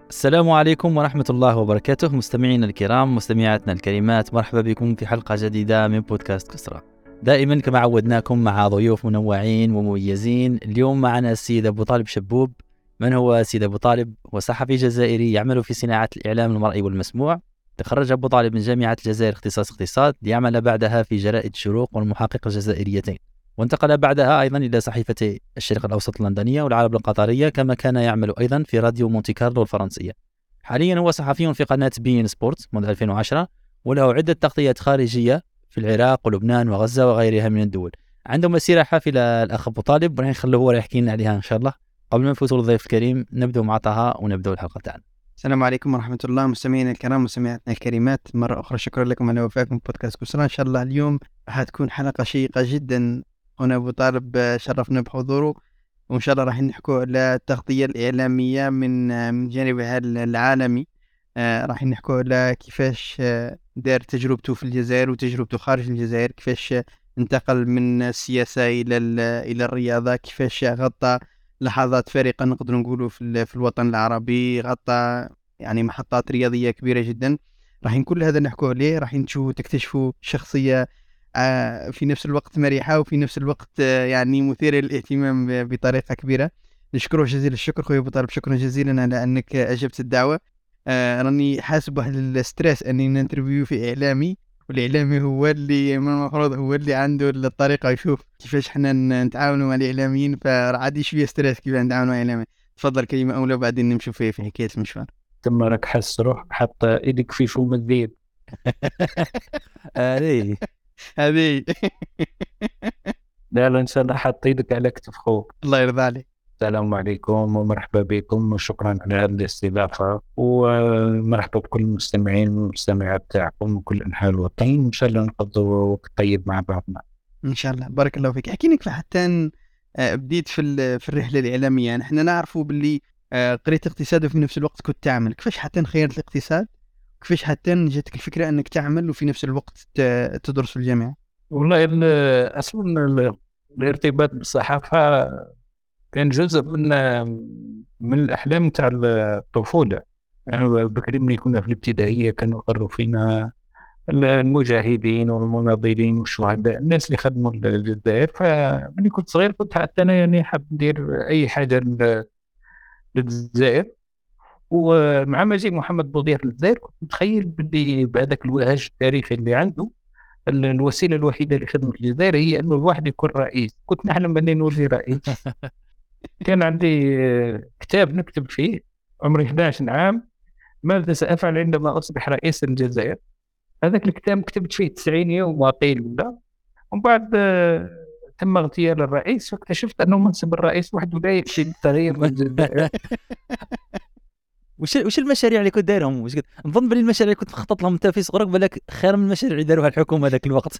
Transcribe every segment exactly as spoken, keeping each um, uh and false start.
السلام عليكم ورحمة الله وبركاته، مستمعينا الكرام، مستمعاتنا الكريمات، مرحبا بكم في حلقة جديدة من بودكاست كسرى. دائما كما عودناكم مع ضيوف منوعين ومميزين. اليوم معنا السيد أبو طالب شبوب. من هو السيد أبو طالب؟ هو صحفي جزائري يعمل في صناعة الإعلام المرئي والمسموع. تخرج أبو طالب من جامعة الجزائر اختصاص اقتصاد، ليعمل بعدها في جرائد الشروق والمحقق الجزائريتين، وانتقل بعدها أيضا إلى صحيفة الشرق الأوسط اللندنية والعرب القطرية، كما كان يعمل أيضا في راديو مونتي كارلو الفرنسية. حاليا هو صحفي في قناة بين سبورت منذ ألفين وعشرة، وله عدة تغطيات خارجية في العراق ولبنان وغزة وغيرها من الدول. عنده مسيرة حافلة الأخ أبو طالب، ونحن نخليه هو يحكي لنا عليها إن شاء الله. قبل ما نفوت للضيف الكريم، نبدأ مع طه ونبدأ الحلقة تاعنا. السلام عليكم ورحمة الله مستمعينا الكرام ومستمعاتنا الكريمات، مرة أخرى شكرا لكم على وفاكم بودكاست كسرى. إن شاء الله اليوم راح تكون حلقة شيقة جدا. هنا أبو طالب شرفنا بحضوره، وإن شاء الله راح نحكوا على التغطية الإعلامية من من جانبها العالمي. آه راح نحكوا على كيفاش دار تجربته في الجزائر وتجربته خارج الجزائر، كيفاش انتقل من السياسة إلى إلى الرياضة، كيفاش غطى لحظات فارقة نقدر نقوله في, في الوطن العربي، غطى يعني محطات رياضية كبيرة جدا. راح كل هذا نحكوا عليه، راح نشوفوا تكتشفوا شخصية آه في نفس الوقت مرحة وفي نفس الوقت آه يعني مثيرة للاهتمام بطريقة كبيرة. نشكره جزيل الشكر خويا أبو طالب، شكرا جزيلا على أنك أجبت الدعوة. آه راني حاسب واحد الستريس أني ننترفيو في إعلامي، والإعلامي هو اللي من المفروض هو اللي عنده الطريقة يشوف كيفاش حنا نتعاونوا مع الإعلاميين، فرعادي شوية ستريس كيف نتعاونوا مع الإعلاميين. تفضل كلمة أولى وبعدين نمشي في في حكاية المشوار. ثم راك حس روح حط ايدك في فم الذيب. هذه هذه لا لا ان شاء الله حط ايدك على كتف خوك. الله يرضى عليك. السلام عليكم ومرحبا بكم وشكرا على هذه الاستضافة، ومرحبا بكل المستمعين والمستمعات تاعكم من كل انحاء الوطن. ان شاء الله نقضوا وقت طيب مع بعضنا ان شاء الله. بارك الله فيك. احكي لك حتى بديت في في الرحلة الإعلامية. نحن نعرفوا باللي قريت اقتصاد وفي نفس الوقت كنت تعمل. كيفاش حتى خيرت الاقتصاد؟ كيفاش حتى جاتك الفكرة انك تعمل وفي نفس الوقت تدرس في الجامعة؟ والله اصلا الارتباط بالصحافة كان جزء من من الأحلام تاع الطفولة. يعني بكري ملي كنا في الابتدائية كانوا يقروا فينا المجاهدين والمناضلين والشهداء، الناس اللي خدموا للجزائر. فمني كنت صغير كنت حتى أنا يعني حاب ندير أي حاجة للجزائر. ومع مجيء محمد بوضياف للجزائر كنت متخيل بدي بهذاك الوهج التاريخي اللي عنده، الوسيلة الوحيدة لخدمة الجزائر هي أنه الواحد يكون رئيس. كنت نحلم بأني نولي رئيس. كان عندي كتاب نكتب فيه عمري أحد عشر عام: ماذا سأفعل عندما أصبح رئيس الجزائر. هذاك الكتاب كتبت فيه تسعين يوم وقيل ولا. ومن بعد تم اغتيال الرئيس، فاكتشفت أنه منصب الرئيس وحده لا يكفي للتغيير من الجزائر. وش وش المشاريع اللي كنت دايرهم؟ وش نظن بلي المشاريع اللي كنت مخطط لهم انت في صغرك بالك خير من المشاريع اللي داروها الحكومه ذاك الوقت.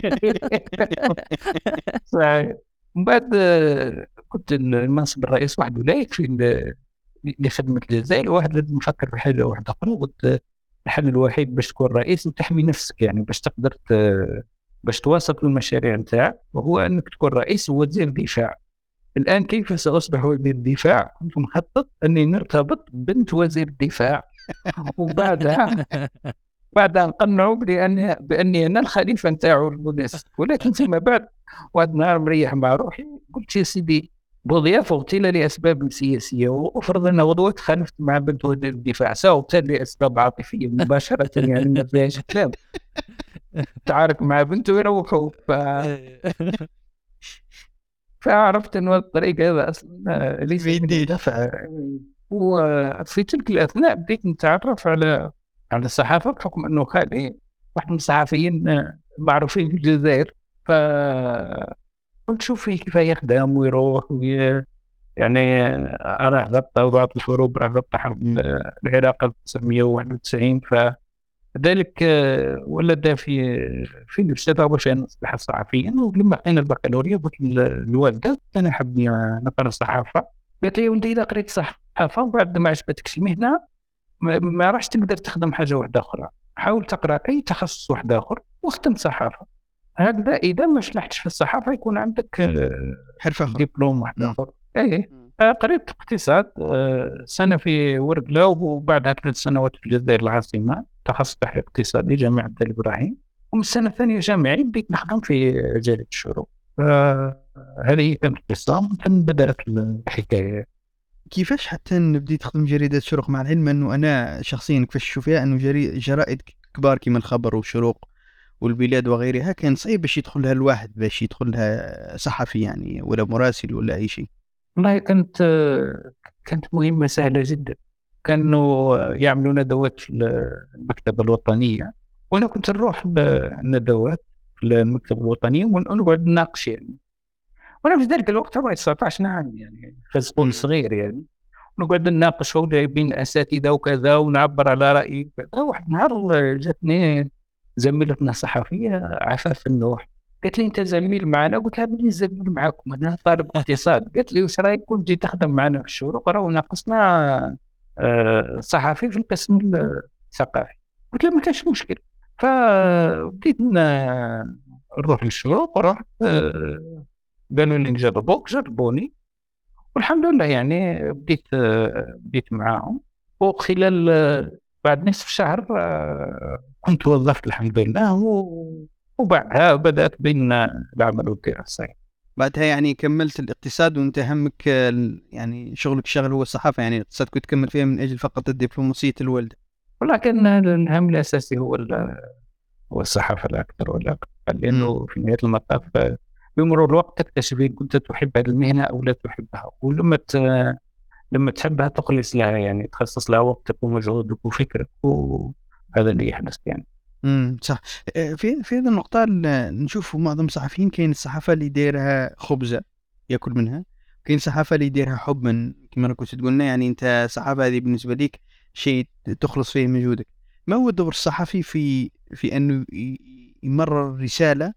صحيح. من بعد كنت المنصب الرئيس وحده لا يكفي لخدمة الجزائر، واحد لازم يفكر في حاجة واحدة أخرى. قلت الحل الوحيد باش تكون رئيس وتحمي نفسك، يعني باش تقدر باش تواصل المشاريع نتاعك، وهو أنك تكون رئيس ووزير دفاع. الآن كيف سأصبح وزير دفاع؟ كنت مخطط أني نرتبط بنت وزير الدفاع، وبعدها بعد أن قنعوا بأني بأني أنا الخليفة نتاعو المناسب. ولكن ثم بعد واحد نهار مريح مع روحي قلت يا سيدي بوضياف اغتيل لأسباب سياسية، وأفرض أن غدوة تخالفت مع بنت وزير الدفاع سأغتال لأسباب عاطفية مباشرة، يعني ما فيهاش كلام. تعارك مع بنته ويروحوا. ف... فعرفت أن الطريق هذا أصلا ليس من دفع. وفي تلك الأثناء بديت نتعرف على على الصحافة، بحكم أنه خالي واحد من الصحفيين معروفين في الجزائر. فقلت شوف فيه كيف يخدم ويروح وي... يعني أنا حضرت بعض الحروب، حضرت حرب العراق ألف وتسعمية وواحد وتسعين، فذلك ولد في في نفسي باش أصبح صحفيا. ولما أنا البكالوريا قلت للوالدة أنا حابب نقرأ الصحافة. قالت لي ولدي إذا قريت صحافة وبعد ما عجبتكش المهنة ما, ما راح تقدر تخدم حاجة واحدة أخرى، حاول تقرأ أي تخصص واحد آخر واختم صحافة. هكذا إذا ما شلحتش في الصحافة يكون عندك حرفة دبلوم واحد آخر. أي آه، قريت اقتصاد، آه، سنة في ورقلة، وبعدها ثلاث سنوات في الجزائر العاصمة، تخصصت في اقتصادي جامعة عبد الإبراهيم. ومن السنة الثانية جامعي بديت نخدم في جريدة الشروق. فهذه كانت القصة، ثم بدأت الحكاية. كيفاش حتى نبدي تخدم جريدة الشروق، مع العلم انه انا شخصيا كيفاش نشوف فيها انه جري... جرائد كبار كيما الخبر والشروق والبلاد وغيرها كان صعيب باش يدخلها الواحد، باش يدخلها صحفي يعني ولا مراسل ولا اي شيء. والله كانت آه، كانت مهمة سهلة جدا. كانوا يعملوا ندوات في المكتبة الوطنية، وأنا كنت نروح الندوات في المكتبة الوطنية ونقعد نناقش يعني. وأنا في ذلك الوقت عمري تسعة عشر عام يعني، فزقون صغير يعني. نقعد نناقش بين أساتذة وكذا ونعبر على رأيي. واحد نهار جاتني زميلتنا صحفية عفاف النوح، قالت لي أنت زميل معنا. قلت لها بلي زميل معكم، أنا طالب اقتصاد. قالت لي وش رأيك كنت جيت تخدم معنا في الشروق، راه ناقصنا آه، صحفي في القسم الثقافي. قلت لها ما كانش مشكل. فبديت ن- نروح للشروق ورحت، آه، قالوا لي نجربوك، جربوني والحمد لله يعني. بديت آه، بديت معاهم، وخلال آه، بعد نصف شهر آه، كنت وظفت الحمد لله، و- وبعدها بدأت بين العمل والدراسة. بعدها يعني كملت الاقتصاد وانت همك ال- يعني شغلك الشغل هو الصحافة، يعني الاقتصاد كنت تكمل فيها من اجل فقط الدبلوماسية الوالدة. ولكن الهم الأساسي هو ال- هو الصحافة لا أكثر ولا أقل، مم. لأنه في نهاية المطاف آه، بمرور الوقت تكتشف إن كنت تحب هذه المهنة أو لا تحبها. ولما ت- لما تحبها تخلص لها يعني، تخصص لها وقتك ومجهودك وفكرك، وهذا اللي يحدث يعني. امم صح. آه، في في هذه النقطة ال- نشوف معظم الصحفيين كاين الصحافة اللي دايرها خبزة ياكل منها، كاين الصحافة اللي دايرها حبا كما كنت تقولنا، يعني انت الصحافة هذه بالنسبة لك شيء تخلص فيه مجهودك. ما هو دور الصحفي في في انه ي- يمرر رسالة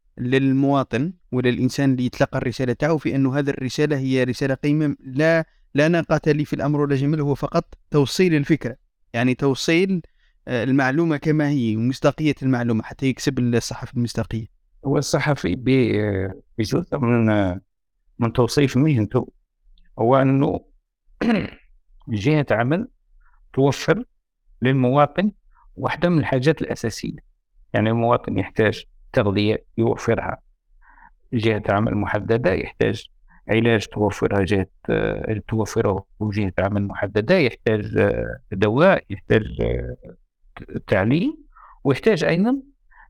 للمواطن ولا الانسان اللي يتلقى الرسالة تاعو، في انه هذه الرسالة هي رسالة قيمة، لا لا ناقة لي في الامر ولا جميل، هو فقط توصيل الفكرة، يعني توصيل آه، المعلومة كما هي ومصداقية المعلومة حتى يكسب الصحفي المصداقية. هو الصحفي ب- بجزء من من توصيف مهنته، هو أنه جهة عمل توفر للمواطن واحدة من الحاجات الأساسية. يعني المواطن يحتاج تغذية يوفرها جهة عمل محددة، يحتاج علاج توفرها جهة آه، توفره جهة عمل محددة، يحتاج آه، دواء، يحتاج آه، تعليم، ويحتاج أيضا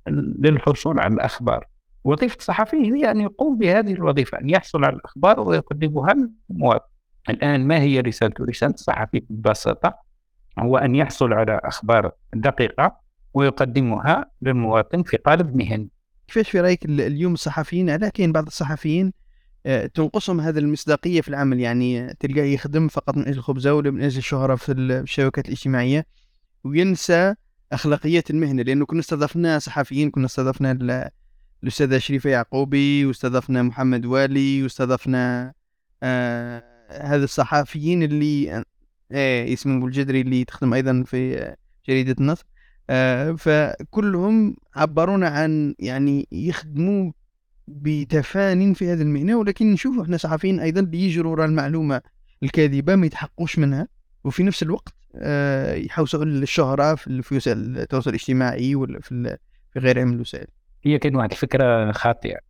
للحصول على الأخبار. وظيفة الصحفي هي أن يقوم بهذه الوظيفة، أن يحصل على الأخبار ويقدمها للمواطن. الآن ما هي رسالته؟ رسالة الصحفي ببساطة هو أن يحصل على أخبار دقيقة ويقدمها للمواطن في قالب مهني. كيفاش في رأيك ال- اليوم الصحفيين، على كاين بعض الصحفيين آه، تنقصهم هذا المصداقية في العمل، يعني تلقاه يخدم فقط من أجل الخبزة ولا من أجل الشهرة في ال- الشبكات الاجتماعية، وينسى أخلاقيات المهنة. لأنه كنا استضفنا صحفيين، كنا استضفنا ال- الأستاذة شريفة يعقوبي، واستضفنا محمد والي، واستضفنا آه هذا الصحفيين اللي آه اسمه أبو الجدري اللي تخدم أيضا في آه، جريدة النصر. آه فكلهم عبرونا عن يعني يخدموا بتفان في هذه المهنة، ولكن نشوف احنا صحفيين أيضا اللي يجروا وراء المعلومة الكاذبة ما يتحققوش منها، وفي نفس الوقت آه يحوسوا على الشهرة في في وسائل التواصل الاجتماعي ولا في ال- في غيرها من الوسائل. هي كان واحد الفكرة خاطئة.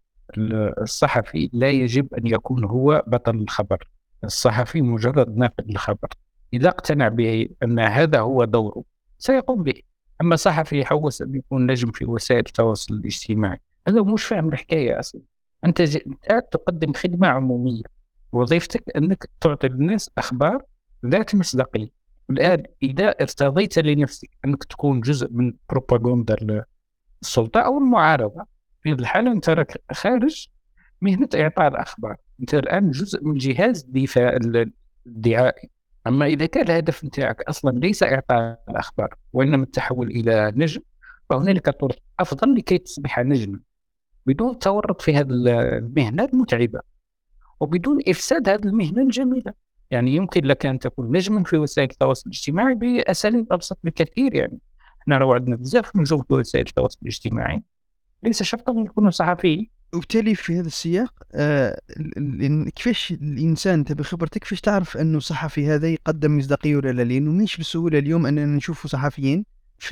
الصحفي لا يجب أن يكون هو بطل الخبر. الصحفي مجرد ناقد الخبر، إذا اقتنع به أن هذا هو دوره سيقوم به. أما صحفي يحوس أن يكون نجم في وسائل التواصل الاجتماعي، هذا مش فاهم الحكاية أصلا. أنت ج... أنت تقدم خدمة عمومية، وظيفتك أنك تعطي الناس أخبار ذات مصداقية. الآن إذا ارتضيت لنفسك أنك تكون جزء من بروباغندا السلطة أو المعارضة، في هذه الحالة أنت راك خارج مهنة إعطاء الأخبار، أنت الآن جزء من جهاز الدفاع الدعائي. أما إذا كان الهدف نتاعك أصلا ليس إعطاء الأخبار وإنما التحول إلى نجم، فهنالك طرق أفضل لكي تصبح نجما بدون التورط في هذه المهنة المتعبة وبدون إفساد هذه المهنة الجميلة. يعني يمكن لك أن تكون نجما في وسائل التواصل الاجتماعي بأساليب أبسط بكثير. يعني احنا لو عندنا بزاف نشوف في وسائل التواصل الاجتماعي ليس شرطا أن يكونوا صحفيين، وبالتالي في هذا السياق آه ال- ال- كيفاش الانسان انت بخبرتك كيفاش تعرف انه صحفي هذا يقدم مصداقيه ولا لا؟ لانه مش بسهوله اليوم اننا نشوف صحفيين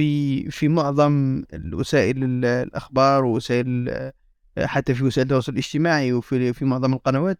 في في معظم الوسائل ال- الاخبار ووسائل آه، حتى في وسائل التواصل الاجتماعي وفي في معظم القنوات.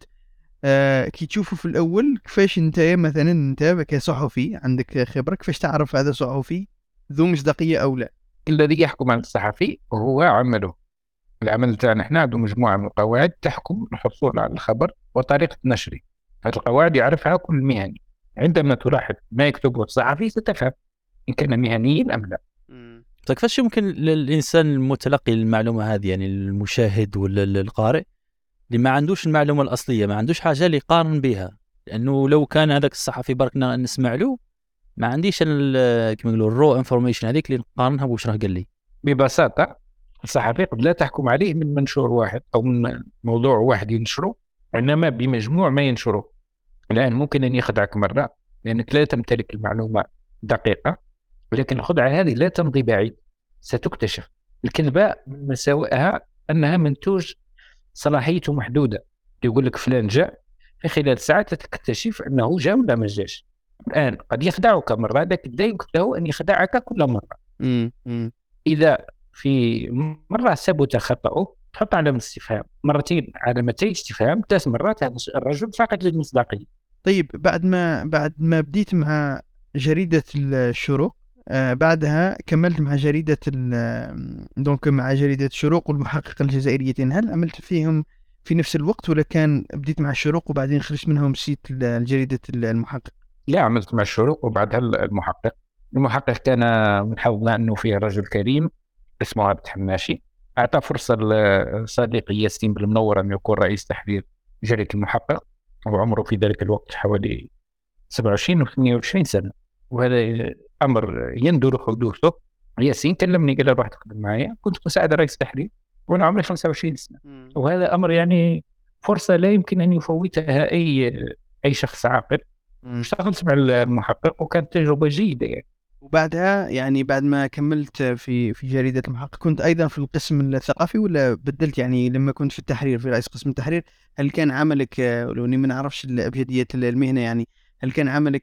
آه كي تشوفوا في الاول كيفاش انت مثلا انت كصحفي عندك خبره كيفاش تعرف هذا صحفي ذو مصداقيه او لا؟ الذي يحكم على الصحفي هو عمله. العمل تاعنا احنا عنده مجموعة من القواعد تحكم الحصول على الخبر وطريقة نشره. هذه القواعد يعرفها كل مهني. عندما تلاحظ ما يكتبه الصحفي ستفهم إن كان مهنيا أم لا. طيب كيفاش يمكن للإنسان المتلقي للمعلومة هذه، يعني المشاهد ولا القارئ اللي ما عندوش المعلومة الأصلية، ما عندوش حاجة اللي يقارن بها؟ لأنه لو كان هذاك الصحفي بركنا نسمع له، ما عنديش كما يقولوا الرو انفورميشن هذيك اللي نقارنها بواش راه قال لي. ببساطة الصحفي قد لا تحكم عليه من منشور واحد أو من موضوع واحد ينشره، إنما بمجموع ما ينشره. الآن ممكن أن يخدعك مرة لأنك لا تمتلك المعلومة دقيقة، ولكن الخدعة هذه لا تمضي بعيد، ستكتشف. الكذبة من مساوئها أنها منتوج صلاحيته محدودة. يقول لك فلان جاء، في خلال ساعات تكتشف أنه جاء ولا ما جاش. الآن قد يخدعك مرة، لكن لا يمكن له أن يخدعك كل مرة. مم. مم. إذا في مرة ثبت خطأه تحط علامة استفهام، مرتين علامتين استفهام، ثلاث مرات هذا الرجل فقد المصداقية. طيب بعد ما بعد ما بديت مع جريدة الشروق، آه بعدها كملت مع جريدة ال- دونك مع جريدة الشروق والمحقق الجزائريتين، هل عملت فيهم في نفس الوقت ولا كان بديت مع الشروق وبعدين خرجت منهم سيت جريدة المحقق؟ لا، عملت مع الشروق وبعدها المحقق. المحقق كان من حظنا أنه فيه رجل كريم اسمه عبد الحماشي، أعطى فرصة لصديقي ياسين بالمنور أن يكون رئيس تحرير جريدة المحقق، وعمره في ذلك الوقت حوالي سبعة وعشرين أو ثمانية وعشرين سنة، وهذا أمر يندر حدوثه. ياسين كلمني قال روح تخدم معايا، كنت مساعد رئيس تحرير وأنا عمري خمسة وعشرين سنة. وهذا أمر يعني فرصة لا يمكن أن يفوتها أي أي شخص عاقل. اشتغلت مع المحقق وكانت تجربة جيدة يعني. وبعدها يعني بعد ما كملت في في جريدة المحقق كنت أيضا في القسم الثقافي ولا بدلت؟ يعني لما كنت في التحرير في رئيس قسم التحرير، هل كان عملك ولو إني ما نعرفش الأبجدية المهنة يعني، هل كان عملك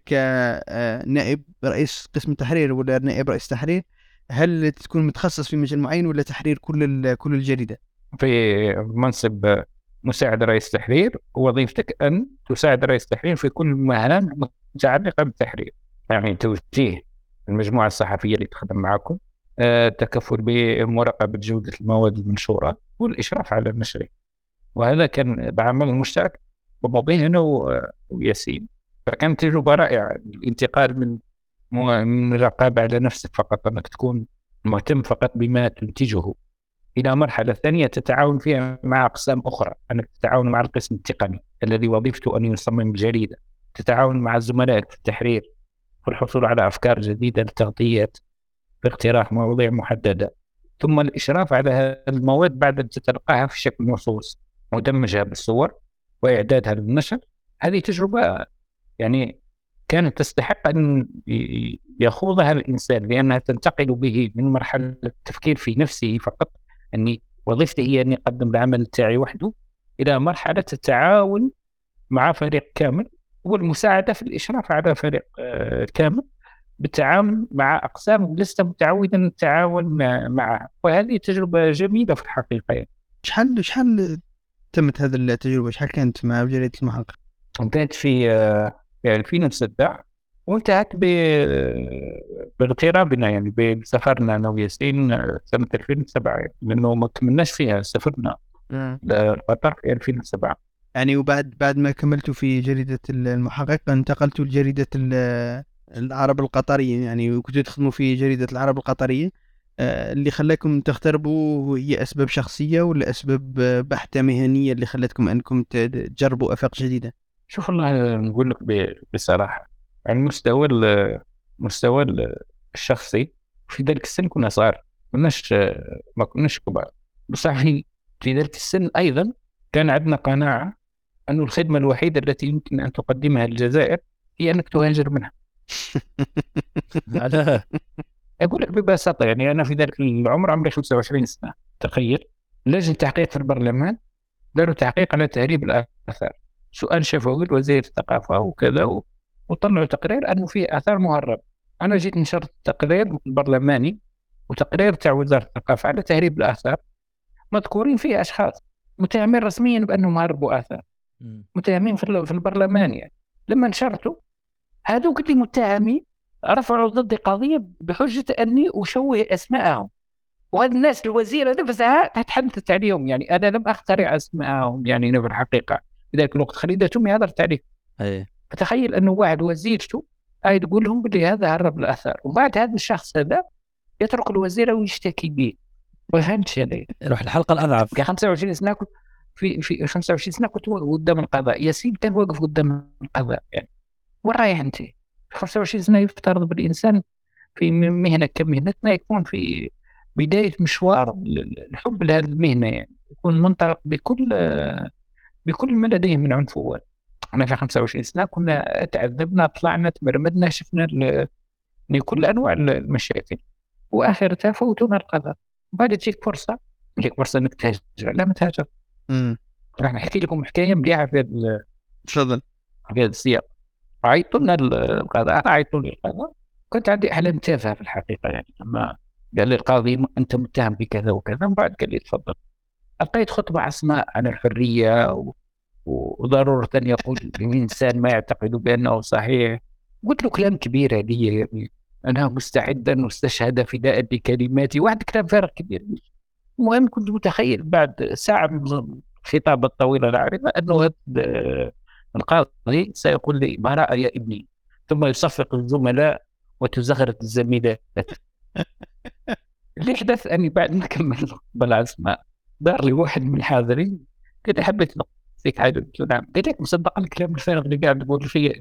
نائب رئيس قسم التحرير ولا نائب رئيس تحرير؟ هل تكون متخصص في مجال معين ولا تحرير كل كل الجريدة؟ في منصب مساعد رئيس تحرير وظيفتك أن تساعد رئيس تحرير في كل مهام متعلقة بالتحرير، يعني توجيه المجموعة الصحفية اللي تخدم معكم، أه، تكفل بمراقبة جودة المواد المنشورة والإشراف على النشر. وهذا كان بعمل مشترك وما بين أنا وياسين، فكانت تجربة رائعة. الانتقال من من الرقابة على نفسك فقط، أنك تكون مهتم فقط بما تنتجه، إلى مرحلة ثانية تتعاون فيها مع أقسام أخرى، أنك تتعاون مع القسم التقني الذي وظيفته أن يصمم الجريدة، تتعاون مع الزملاء في التحرير في الحصول على أفكار جديدة للتغطيات، في اقتراح مواضيع محددة، ثم الإشراف على هذه المواد بعد أن تتلقاها في شكل نصوص مدمجة بالصور وإعدادها للنشر. هذه تجربة يعني كانت تستحق أن يخوضها الإنسان، لأنها تنتقل به من مرحلة التفكير في نفسه فقط، أني وظيفتي هي أن أقدم العمل تاعي وحده، إلى مرحلة التعاون مع فريق كامل والمساعدة في الإشراف على فريق آه كامل، بالتعاون مع أقسام لست متعودا التعاون معها. وهذه تجربة جميلة في الحقيقة يعني. شحال شحال تمت هذه التجربة؟ شحال كانت مع جريدة المحقق؟ كانت في آه في ألفين وستة وانتهت باغترابنا يعني بسفرنا أنا وياسين سنة ألفين وسبعة، يعني لأنه ما كملناش فيها، سافرنا لقطر في ألفين وسبعة يعني. وبعد بعد ما كملتوا في جريدة المحقق انتقلتوا لجريدة العرب القطرية، يعني وكنتوا تخدموا في جريدة العرب القطرية. اللي خلاكم تغتربوا هي أسباب شخصية ولا أسباب بحتة مهنية اللي خلتكم أنكم تجربوا آفاق جديدة؟ شوف الله نقول لك بصراحة، على المستوى المستوى الشخصي في ذلك السن كنا صغار، كناش ما كناش كبار، بصح في ذلك السن أيضا كان عندنا قناعة أن الخدمة الوحيدة التي يمكن أن تقدمها الجزائر هي أنك تهاجر منها. على أقول لك ببساطة، يعني أنا في ذلك العمر عمري خمسة وعشرين سنة، تخيل لجنة تحقيق في البرلمان داروا تحقيق على تهريب الآثار، سؤال شفوي لوزير الثقافة وكذا، وطلعوا تقرير أنه فيه آثار مهرب. أنا جيت نشرت التقرير البرلماني وتقرير تاع وزارة الثقافة على تهريب الآثار، مذكورين فيه أشخاص متهمين رسميا بأنهم هربوا آثار، متهمين في البرلمان. يعني لما نشرته هذوك اللي متهمين رفعوا ضدي قضية بحجة أني أشوه أسماءهم، وهذا الناس الوزيرة نفسها تحدثت عليهم. يعني أنا لم أخترع أسماءهم يعني في الحقيقة، في ذلك الوقت خريدتهم هذا التاريخ. أيه. فتخيل أنه واحد وزيرته أي تقول لهم بلي هذا هرب الآثار، وبعد هذا الشخص هذا يترك الوزيرة ويشتكي به. وفهمتش عليه يروح الحلقة الأضعف. في خمسة وعشرين سنة كنت في في خمسة وعشرين سنة كنت قدام القضاء، ياسين كان واقف قدام القضاء. يعني وين رايح أنت؟ في خمسة وعشرين سنة يفترض بالإنسان في مهنة كمهنتنا يكون في بداية مشوار الحب لهذه المهنة، يعني يكون منطلق بكل بكل ما لديه من عنفوات. أنا في خمسة وعشرين سنة كنا تعذبنا، طلعنا تمرمدنا، شفنا كل أنواع المشاكل، وآخرتها فوتونا القضاء. بعد تجيك فرصة تجيك فرصة إنك تهاجر، لا ما تهاجر. راح نحكي لكم حكاية مليحة في هذا. تفضل. في هذا السياق عيطوا لنا القضاء، عيطوا لي القضاء. كنت عندي أحلام تافهة في الحقيقة. يعني لما قال لي القاضي أنت متهم بكذا وكذا، بعد قال لي تفضل. ألقيت خطبة عصماء عن الحرية و... وضرورة أن يقول الإنسان ما يعتقد بأنه صحيح. قلت له كلام كبير هذه، يعني أنا مستعدا واستشهد فداء لكلماتي، واحد كلام فارغ كبير. المهم كنت متخيل بعد ساعة من الخطابة الطويلة العريضة أنه القاضي سيقول لي براءة يا ابني، ثم يصفق الزملاء وتزغرت الزميلات. اللي حدث أني بعد ما كمل بالعزمة دار لي واحد من الحاضرين قال حبيت فيك حاجة. قلت له نعم. قال لك مصدق الكلام الفارغ اللي قاعد تقول فيه؟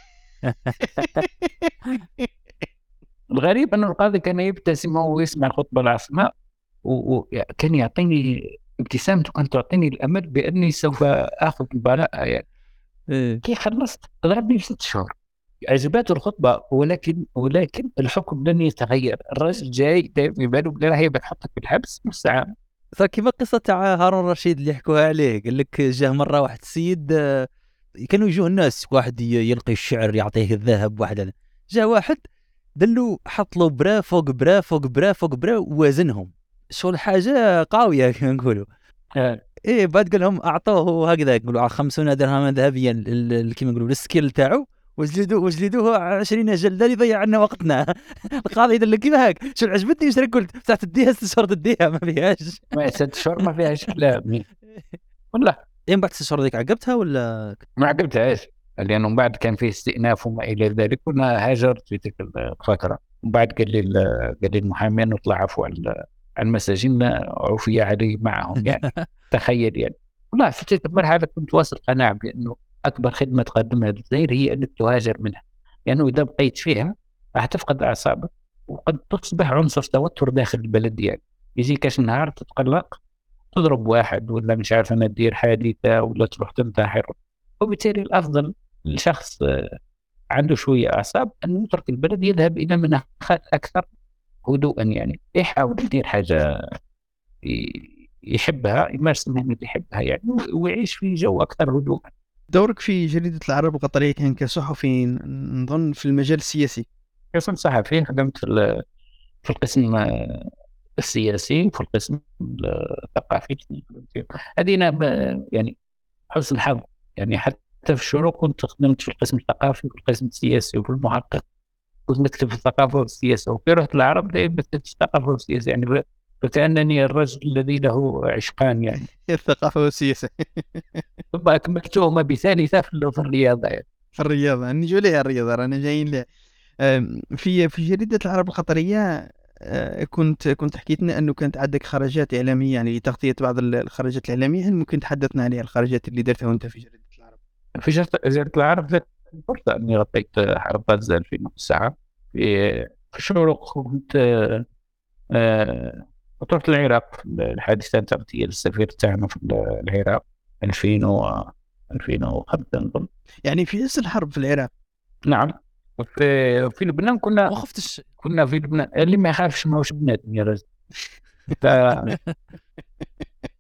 الغريب أن القاضي كان يبتسم وهو يسمع الخطبة العصماء، وكان يعطيني ابتسامته، كانت تعطيني الأمل بأني سوف أخذ البراءة. يعني كي خلصت ضربني ست شهور. عجبته الخطبة، ولكن ولكن الحكم لن يتغير. الرجل جاي داير في باله بلا هي بتحطك في الحبس نص عام. فكيف القصة تاع هارون الرشيد اللي يحكوها عليه؟ قال لك جاه مرة واحد السيد، كانوا يجوه الناس، واحد يلقي الشعر يعطيه الذهب، واحد جاء واحد دلو حط له برا فوق برا فوق برا فوق برا ووازنهم، شغل حاجة قوية نقولوا. آه. ايه بعد قال لهم اعطوه هكذا، يقولوا خمسون درهما ذهبيا كيما نقولوا السكيل تاعو، وجلدوه وجلدوه عشرين جلده اللي ضيع عنا وقتنا. القاضي يقول لك كيما هاك، شو عجبتني واش قلت بتاع تديها ست شهور تديها ما فيهاش. ما ست شهور ما فيهاش كلام والله. ايه بعد ست شهور ذيك عقبتها ولا ما عقبتهاش؟ لانه من بعد كان فيه استئناف وما الى ذلك، كنا هاجرت في تلك الفتره. وبعد قال لي قال لي المحامي انه طلع عفو على المساجين، عفي عليه معهم. يعني تخيل. يعني والله في تلك المرحله كنت واصل قناعه بانه اكبر خدمه تقدمها الجزائر هي انك تهاجر منها، لانه يعني اذا بقيت فيها راح تفقد اعصابك وقد تصبح عنصر توتر داخل البلد. يعني يجيك كاش نهار تتقلق تضرب واحد ولا مش عارف انا تدير حادثه ولا تروح تنتحر. وبالتالي الافضل للشخص عنده شويه اعصاب انه يترك البلد، يذهب الى مناخات اكثر هدوءا. يعني يحاول يدير حاجه يحبها، يمارس المهنه اللي يحبها يعني، ويعيش في جو اكثر هدوءا. دورك في جريدة العرب القطرية كان كصحفي، نظن في المجال السياسي. كنت صحفي، خدمت في في القسم السياسي وفي القسم الثقافي. هذه يعني حسن الحظ، يعني حتى في الشروق كنت خدمت في القسم الثقافي وفي القسم السياسي وفي المحقق كنت نكتب في الثقافة والسياسة، وفي رحلة العرب دائما نكتب في الثقافة والسياسة. يعني فكأنني الرجل الذي له عشقان يعني الثقافة والسياسة. ثم أكملتهما بثالثة في الرياضة. يعني في الرياضة نجوا لها الرياضة رانا جايين لها. في في جريدة العرب القطرية كنت كنت حكيت لنا أنه كانت عندك خرجات إعلامية، يعني لتغطية بعض الخرجات الإعلامية. هل ممكن تحدثنا عليها الخرجات اللي درتها أنت في جريدة العرب؟ في جريدة العرب ذات فرصة أني غطيت حرب غزة ألفين وتسعة. في في الشروق كنت رحت العراق، الحادثات تغطية للسفير تاعنا في العراق ألفين وخمسة. يعني في نفس الحرب في العراق. نعم. وفي في لبنان كنا ما خفتش. كنا في لبنان اللي ما يخافش ما هوش بنادم يا رجل. ف...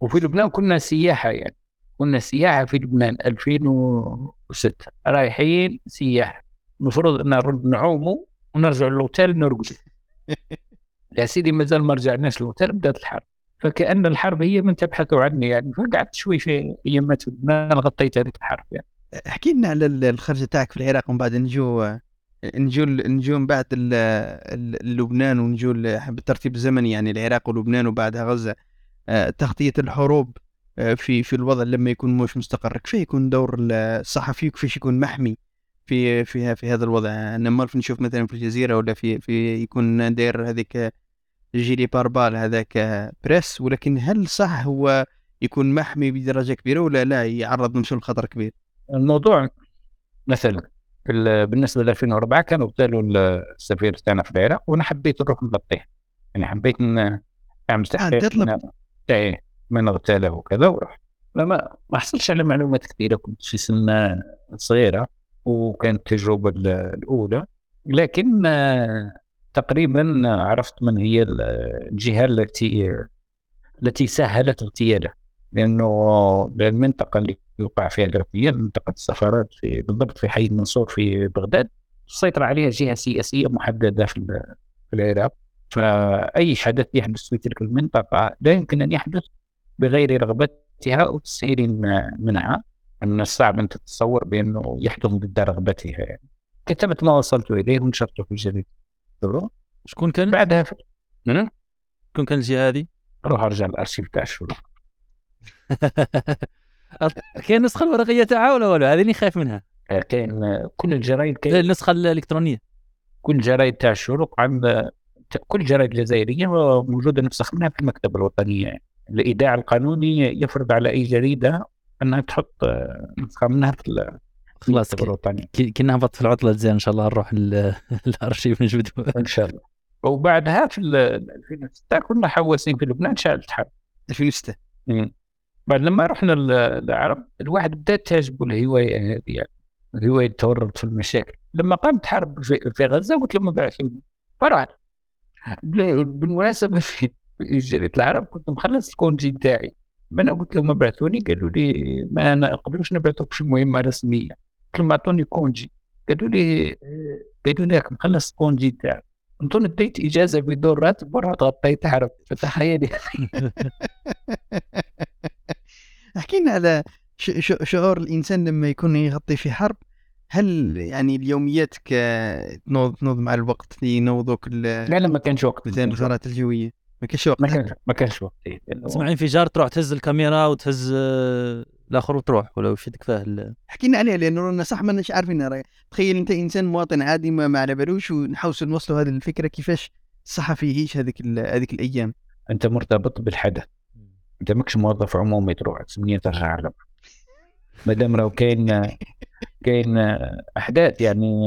وفي لبنان كنا سياحة، يعني كنا سياحة في لبنان ألفين وستة رايحين سياحة، المفروض أن نرد نعوموا ونرجع للأوتيل نرقد. يا سيدي ما زال ما رجعناش للأوتيل، بدأت الحرب، فكأن الحرب هي من تبحثوا عني يعني. فقعدت شوي في أيامات في لبنان غطيت هذه الحرب يعني. احكي لنا على ال- الخرجة تاعك في العراق، ومن بعد نجو نجو نجو من بعد ال- ال- لبنان، ونجو ال- بالترتيب الزمني يعني العراق ولبنان وبعدها غزة. آه، تغطية الحروب آه، في في الوضع لما يكون مش مستقر، كيف يكون دور الصحفي وكيفاش يكون محمي في في في هذا الوضع؟ انا ما نشوف مثلا في الجزيرة ولا في في يكون داير هذيك جيلي باربال هذاك بريس، ولكن هل صح هو يكون محمي بدرجة كبيرة ولا لا يعرض نفسه لخطر كبير؟ الموضوع مثلا في ال- بالنسبة ل ألفين وأربعة كانوا اغتالوا السفير تاعنا في العراق، وأنا حبيت نروح نغطيه، يعني حبيت إن أعمل آه تحقيق تطلب من تاعي من اغتاله وكذا ورحت. لما ما حصلش على معلومات كثيرة، كنت في سن صغيرة وكانت التجربة ال- الأولى، لكن آه، تقريبا عرفت من هي ال- الجهة التي التي سهلت اغتياله، لأنه المنطقة اللي يوقع فيها الاغتيال منطقة السفارات في بالضبط في حي المنصور في بغداد، تسيطر عليها جهة سياسية محددة في ال- في العراق. فأي حدث يحدث في تلك المنطقة لا يمكن أن يحدث بغير رغبتها أو تسهيل منها. من الصعب أن تتصور بأنه يحدث ضد رغبتها يعني. كتبت ما وصلت إليه ونشرته في الجريدة. شكون كان بعدها ف... شكون كان الجهة هذه؟ روح أرجع الأرشيف تاع الشروق. كاين النسخة الورقية تاعها ولا ولا هذه اللي خايف منها؟ كاين كل الجرايد، كاين النسخة الإلكترونية، كل جرايد تاع الشروق عند كل جرايد جزائرية موجودة نسخ منها في المكتبة الوطنية. الإيداع القانوني يفرض على أي جريدة أنها تحط نسخة منها في خلاص المكتبة الوطنية. كنا هبط في العطلة زين إن شاء الله نروح الأرشيف نجبده إن شاء الله. وبعدها في ألفين وستة كنا حواسين في لبنان شالت حرب ألفين وستة. بعد لما رحنا العرب الواحد بدأت تعجبه الهواية هذه، يعني هواية التورط في المشاكل. لما قامت حرب في غزة قلت لهم بعثوني فرحت. بالمناسبة في جريدة العرب كنت مخلص الكونجي تاعي، ما أنا قلت لهم بعثوني، قالوا لي ما أنا قبلوش نبعثوك في مهمة رسمية، قلت لهم أعطوني كونجي، قالوا لي قالوا لي مخلص الكونجي تاعي، انتم اديت اجازه بدون راتب ورحت غطيت حرب. فتخيلي. احكينا على شعور الانسان لما يكون يغطي في حرب. هل يعني اليومياتك تنوض تنوض مع الوقت ينوضوك؟ لا لا ما كانش وقت مثلا الغارات الجويه ما كانش وقت، ما كانش ما كانش وقت. تسمع انفجار تروح تهز الكاميرا وتهز الاخر وتروح ولا وش تكفاه؟ حكينا عليه لانه رانا صح ما نش عارفين راي. تخيل انت انسان مواطن عادي ما على بالوش، ونحاول نوصلوا هذه الفكره كيفاش الصحفي يعيش هذيك هذيك الايام. انت مرتبط بالحدث، انت ماكش موظف عمومي تروح تسميه تغرب. ما دام راهو كاين كاين احداث يعني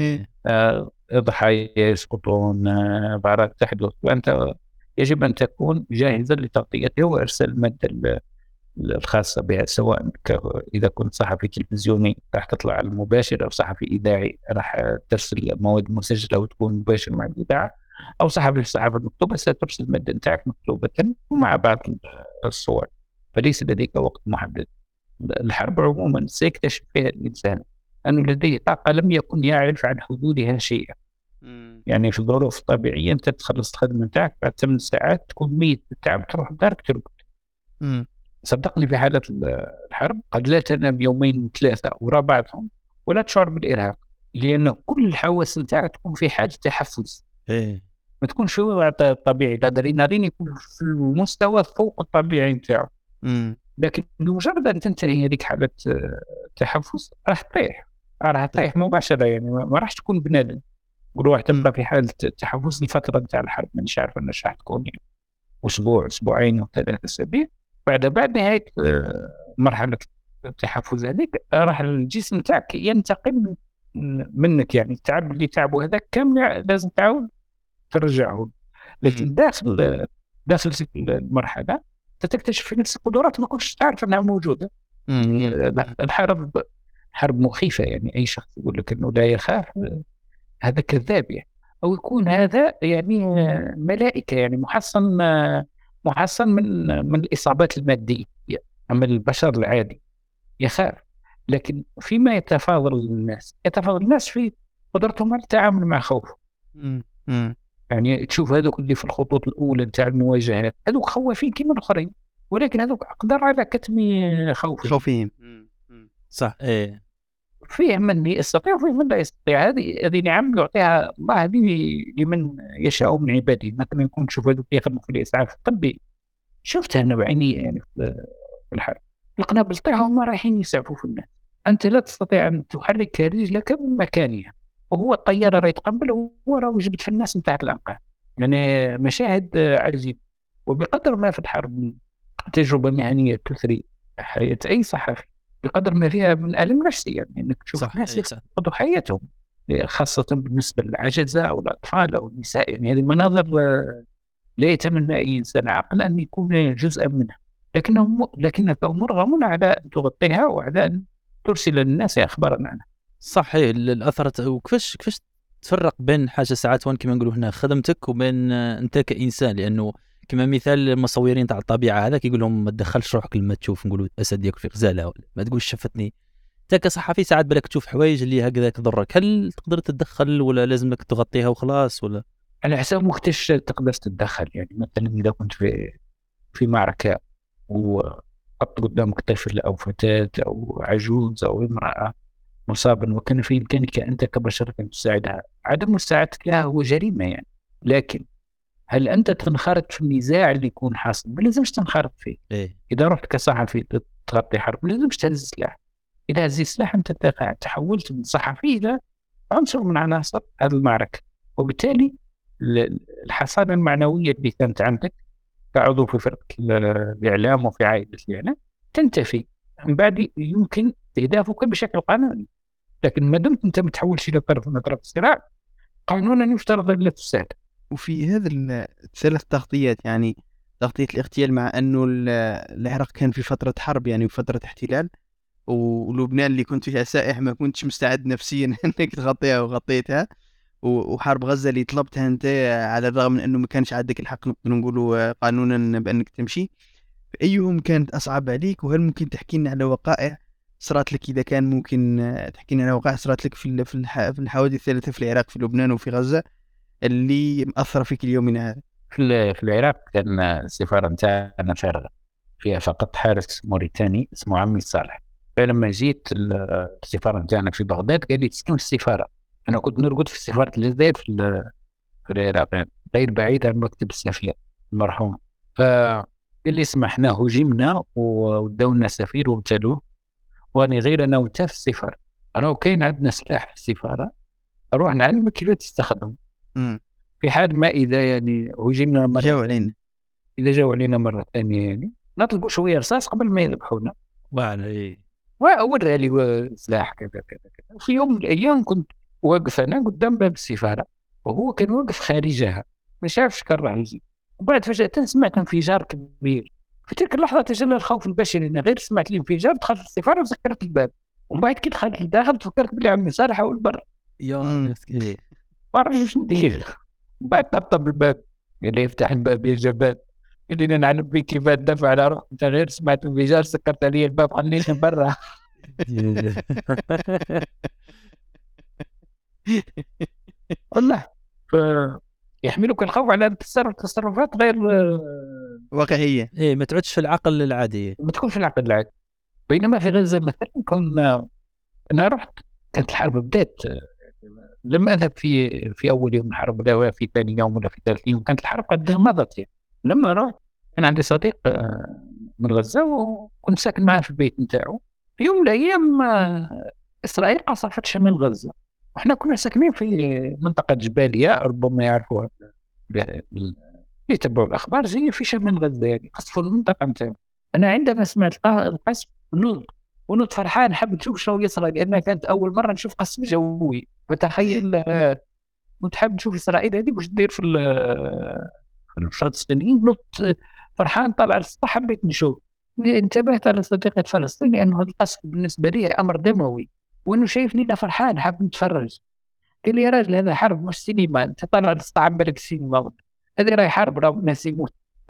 آه ضحايا يسقطون، آه بعرات تحدث، وانت يجب ان تكون جاهزا لتغطيتها وارسال الماده الخاصة بها، سواء إذا كنت صحفي تلفزيوني راح تطلع المباشر، أو صحفي إذاعي راح ترسل مواد مسجلة وتكون مباشر مع الإذاعة، أو صحفي الصحافة المكتوبة سترسل المادة نتاعك مكتوبة ومع بعض الصور. فليس لديك وقت محدد. الحرب عموما سيكتشف فيها الإنسان أنه لديه طاقة لم يكن يعرف عن حدودها شيئا. يعني في الظروف الطبيعية أنت تخلص الخدمة نتاعك بعد ثمان ساعات تكون ميت بالتعب، تروح دارك ترقد. صدقني في حالة الحرب قد لا تنام يومين ثلاثة ورا بعضهم ولا تشعر بالإرهاق، لأن كل الحواس نتاعك تكون في حاجة تحفز. إيه. ما تكونش في الوضع الطبيعي، الأدرينالين يكون في المستوى فوق الطبيعي نتاعه. لكن بمجرد أن تنتهي هذيك حالة التحفز راح تطيح، راح تطيح مباشرة، يعني ما راح تكون بنادم. وروح تبقى في حالة التحفز لفترة نتاع الحرب، مانيش عارف أنها راح تكون يعني أسبوع أسبوعين أو ثلاثة أسابيع. بعد بعد نهاية مرحلة التحفز هذيك راح الجسم تاعك ينتقم منك، يعني التعب اللي تعبه هذاك كامل لازم تعاود ترجعه. لكن داخل داخل المرحلة تكتشف في نفسك قدرات ما كنتش تعرف أنها موجودة. الحرب حرب مخيفة، يعني أي شخص يقول لك أنه لا يخاف هذا كذاب يعني، أو يكون هذا يعني ملائكة، يعني محصن محصن من من الإصابات المادية. أما البشر العادي يخاف، لكن فيما يتفاضل الناس يتفاضل الناس في قدرتهم على التعامل مع خوفه. يعني تشوف هذوك اللي في الخطوط الأولى نتاع المواجهات هذوك خوافين كيما الآخرين، ولكن هذوك أقدر على كتم خوفهم خوفهم صح. إيه فيه من يستطيع وفيه من لا يستطيع. هذه هذه نعم يعطيها الله هذه لمن يشاء من عباده. مثلا يكون تشوف هذوك يخدموا في الإسعاف الطبي، شفتها أنا بعيني يعني في الحرب، القنابل طيحوا وما رايحين يسعفوا في الناس. أنت لا تستطيع أن تحرك رجلك من مكانها، وهو الطيارة راه يتقبل وهو راه يجبد في الناس من تحت الأنقاض. يعني مشاهد عجيب. وبقدر ما في الحرب تجربة مهنية تثري حياة أي صحفي، بقدر ما فيها من ألم نفسي، يعني أنك تشوف ناس يفقدوا حياتهم، خاصة بالنسبة للعجزة أو الأطفال أو النساء. يعني هذه المناظر لا يتمنى أي إنسان عاقل أن يكون جزءا منها، لكنهم لكنك مرغم على أن تغطيها وعلى أن ترسل للناس أخبارا عنها. صحيح. الأثر وكيفاش كيفاش تفرق بين حاجة ساعات وين كما نقولوا هنا خدمتك وبين أنت كإنسان، لأنه كما مثال المصورين تاع الطبيعة هذا كيقول لهم ما تدخلش روحك لما تشوف نقولوا أسد ياكل في غزالة، ولا ما تقولش شفتني. أنت كصحفي ساعات بالك تشوف حوايج اللي هكذا تضرك، هل تقدر تتدخل ولا لازم لك تغطيها وخلاص؟ ولا على حسب وقتاش تقدر تتدخل. يعني مثلا إذا كنت في في معركة وقط قدامك طفل أو فتاة أو عجوز أو امرأة مصابا وكان في إمكانك أنت كبشر أن تساعدها، عدم مساعدتك لها هو جريمة يعني. لكن هل أنت تنخرط في النزاع اللي يكون حاصل؟ ما لازمش تنخرط فيه. إيه؟ إذا رحت كصحفي تغطي حرب ما لازمش تهز سلاح. إذا هز سلاح أنت تحولت من صحفي إلى عنصر من عناصر هذه المعركة، وبالتالي الحصانة المعنوية اللي كانت عندك كعضو في فرقة الإعلام وفي عائلة الإعلام تنتفي. من بعد يمكن استهدافك بشكل قانوني، لكن ما دمت أنت متحولش إلى طرف من أطراف الصراع قانونا يفترض أن لا تساعد. وفي هذا الثلاث تغطيات، يعني تغطية الاغتيال مع أنه العراق كان في فترة حرب يعني وفترة احتلال، ولبنان اللي كنت فيها سائح ما كنتش مستعد نفسيا أنك تغطيها وغطيتها، وحرب غزة اللي طلبتها أنت على الرغم من أنه ما كانش عندك الحق نقدر نقوله قانونا بأنك تمشي. أيهم كانت أصعب عليك؟ وهل ممكن تحكي لنا على وقائع صارت لك، إذا كان ممكن تحكي لنا على وقائع صارت لك في في الحوادث الثلاثة في العراق في لبنان وفي غزة اللي مأثرة فيك اليومنا هذا؟ في في العراق كان السفارة نتاعنا فارغة، فيها فقط حارس موريتاني اسمه عمي صالح. فلما جيت السفارة نتاعنا في بغداد قال لي تسكن في السفارة. أنا كنت نرقد في سفارة الجزائر في في العراق يعني غير بعيد عن مكتب السفير المرحوم. فقال لي اسمح احنا هجمنا ودونا سفير وابتلوه، وأنا غير أنا وأنت في السفارة، أنا وكاين عندنا سلاح في السفارة أروح نعلمك كيف تستخدم في حال ما إذا يعني هجمنا مرة جاو علينا إذا جاو علينا مرة ثانية يعني نطلقوا شوية رصاص قبل ما يذبحونا. وعلى إيه وأورى لي سلاح كذا كذا كذا. في يوم من الأيام كنت واقف أنا قدام باب السفارة وهو كان واقف خارجها ما شافش كان راح يجي، وبعد فجأة سمعت انفجار كبير. في تلك اللحظة تجلى الخوف البشري، أنا غير سمعت الانفجار دخلت السفارة وسكرت الباب، وبعد كده دخلت الداخل فكرت بلي عمي صالح أول برا يا إيه ما عرفش وش ندير. بعد طبطب الباب قال لي افتح الباب يا جبان، قال لي نعلم بك كيف تدافع على روحك، انت غير سمعت الانفجار سكرت لي الباب خليني برا. والله فيحملك الخوف على أن تتصرف تصرفات غير واقعية، إيه ما تعودش في العقل العادي، ما تكون في العقل العادي. بينما في غزة مثلا كنا أنا رحت كانت الحرب بدأت، لما أذهب في في أول يوم الحرب ولا في ثاني يوم ولا في ثالث يوم كانت الحرب قد مضت يعني. لما رحت كان عندي صديق من غزة وكنت ساكن معه في البيت نتاعو. في يوم من الأيام إسرائيل قصفت شمال غزة، وإحنا كنا ساكنين في منطقة جبالية ربما يعرفوها اللي يتبعوا الأخبار زي في شمال غزة يعني قصفوا المنطقة نتاعو. أنا عندما سمعت القصف نوض ونوض فرحان حاب نشوف شو يصير، لأنها كانت أول مرة نشوف قصف جوي. فتخيل متحب نشوف إسرائيل هذه وش تدير في الفلسطينيين. نوض فرحان طالع السطح حبيت نشوف. انتبهت على صديقي الفلسطيني أنه هذا القصف بالنسبة لي أمر دموي، وأنه شايفني أنا فرحان حاب نتفرج. قال لي يا راجل هذا حرب مش سينما، أنت طالع السطح بالك سينما، هذه راي حرب راه الناس يموت.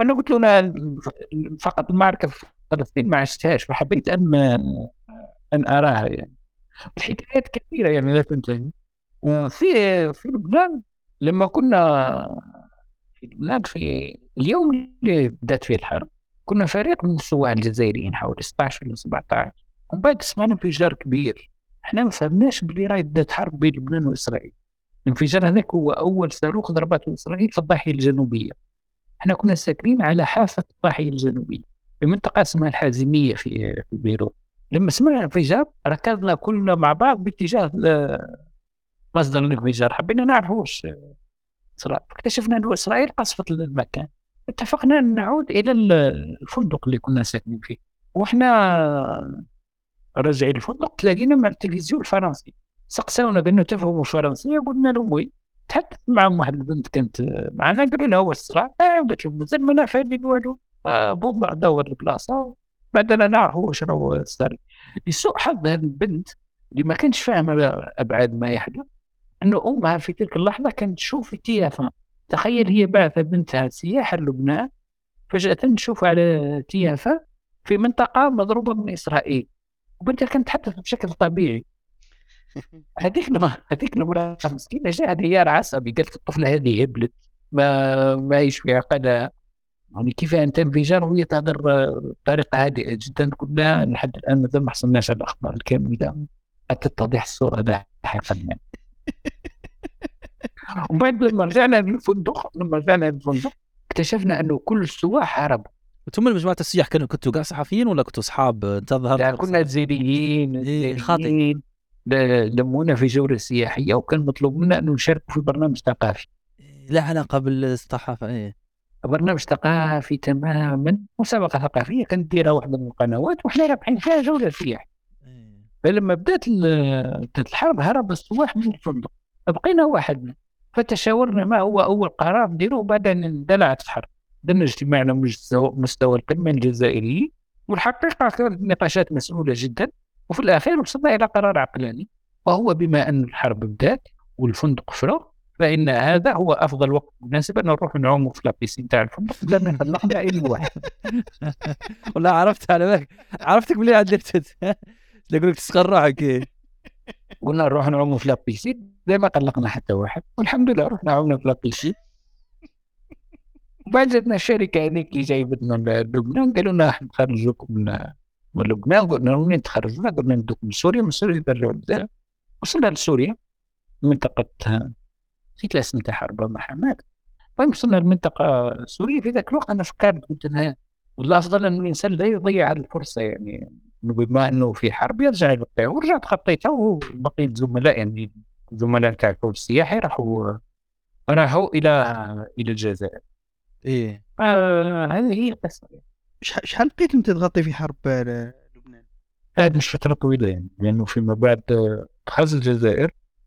أنا قلت له أنا فقط المعركة في فلسطين ما عشتهاش، فحبيت أن أن أراها يعني. الحكايات كثيرة يعني لا تنتهي. وفي في لبنان لما كنا في لبنان في اليوم اللي بدأت فيه الحرب، كنا فريق من السواح الجزائريين حوالي ستة عشر ولا سبعة عشر، ومن بعد سمعنا انفجار كبير. احنا ما فهمناش بلي راهي بدات حرب بين لبنان وإسرائيل. الانفجار هذاك هو أول صاروخ ضربته إسرائيل في الضاحية الجنوبية. احنا كنا ساكنين على حافة الضاحية الجنوبية في منطقة اسمها الحازمية في في بيروت. لما سمعنا الانفجار ركضنا كلنا مع بعض باتجاه مصدر الانفجار، حبينا نعرف واش صرا. اكتشفنا أن إسرائيل قصفت المكان. اتفقنا أن نعود إلى الفندق اللي كنا ساكنين فيه، وإحنا راجعين الفندق تلاقينا مع التلفزيون الفرنسي. سقسونا بأنه تفهموا فرنسية، قلنا له وي. تحدث معهم واحد البنت كانت معنا، قالوا لها هو الصراع. آه قلت لهم مازال ما فاهمين والو. آه بومبا دور البلاصة بعدنا نعرف واش راهو صار. لسوء حظ هذه البنت اللي ما كانش فاهمة أبعاد ما يحدث، أنه أمها في تلك اللحظة كانت تشوف تيافا. تخيل هي بعثت بنتها سياحة لبنان، فجأة نشوف على تيافا في منطقة مضروبة من إسرائيل، وبنتها كانت تتحدث بشكل طبيعي. هذيك لما هذيك المرأة مسكينة جاء انهيار عصبي، قالت الطفلة هذه هبلت ما ما يشفي عقلها. يعني كيف أنت انفجار وهي تهدر بطريقة هادئة جدا. كلها لحد الآن ما حصلناش على الأخبار الكاملة حتى تتضح الصورة لاحقا يعني. وبعد لما رجعنا للفندق لما رجعنا للفندق اكتشفنا أنه كل السواح هربوا. وانتم مجموعة السياح كانوا كنتوا كاع صحفيين ولا كنتوا أصحاب انتظر؟ يعني كنا جزائريين إيه خاطئ. جزائريين لمونا في جولة سياحية، وكان مطلوب منا أن نشارك في برنامج ثقافي. لا علاقة بالصحافة. إيه برنامج ثقافي تماما، مسابقة ثقافية كانت ديرها واحدة من القنوات وإحنا رابحين فيها جولة سياحية. إيه. فلما بدأت بدأت الحرب هرب السواح من الفندق، بقينا وحدنا. فتشاورنا ما هو أول قرار نديره، وبعدين اندلعت الحرب. درنا اجتماع على مستوى القمة الجزائريين، والحقيقة كانت نقاشات مسؤولة جدا، وفي الأخير وصلنا إلى قرار عقلاني، وهو بما أن الحرب بدأت والفندق فرغ، فإن هذا هو أفضل وقت مناسب أن نروح نعوم في لابيسين تاع الفندق بدل ما نخلقنا إلى واحد. والله عرفت على بالك، عرفتك بلي عدلت لك تسخر روحك. قلنا نروح نعوم في لابيسين زي ما قلقنا حتى واحد، والحمد لله رحنا عومنا في لابيسين. وبعد جاتنا الشركة هذيك اللي جايبتنا للبنان، قالوا لنا راح نخرجوكم من من لبنان. قلنا لهم وين تخرجونا؟ قلنا ندوكم لسوريا، من سوريا ترجعوا للجزائر. وصلنا لسوريا منطقة في ثلاث نتاع حرب محمد. طيب وصلنا لمنطقة سوريا. في ذاك الوقت أنا فكرت قلت أنا والأفضل أن الإنسان لا يضيع الفرصة، يعني بما أنه في حرب يرجع يغطيها. ورجعت خطيتها، وبقيت زملاء يعني زملاء تاع الفوز السياحي راحوا راحوا إلى إلى الجزائر. إيه آه هذه هي القصة. شحال بقيتم تضغطي في حرب لبنان؟ هذه مش فترة طويلة يعني، لأنه فيما بعد خرج الجزائر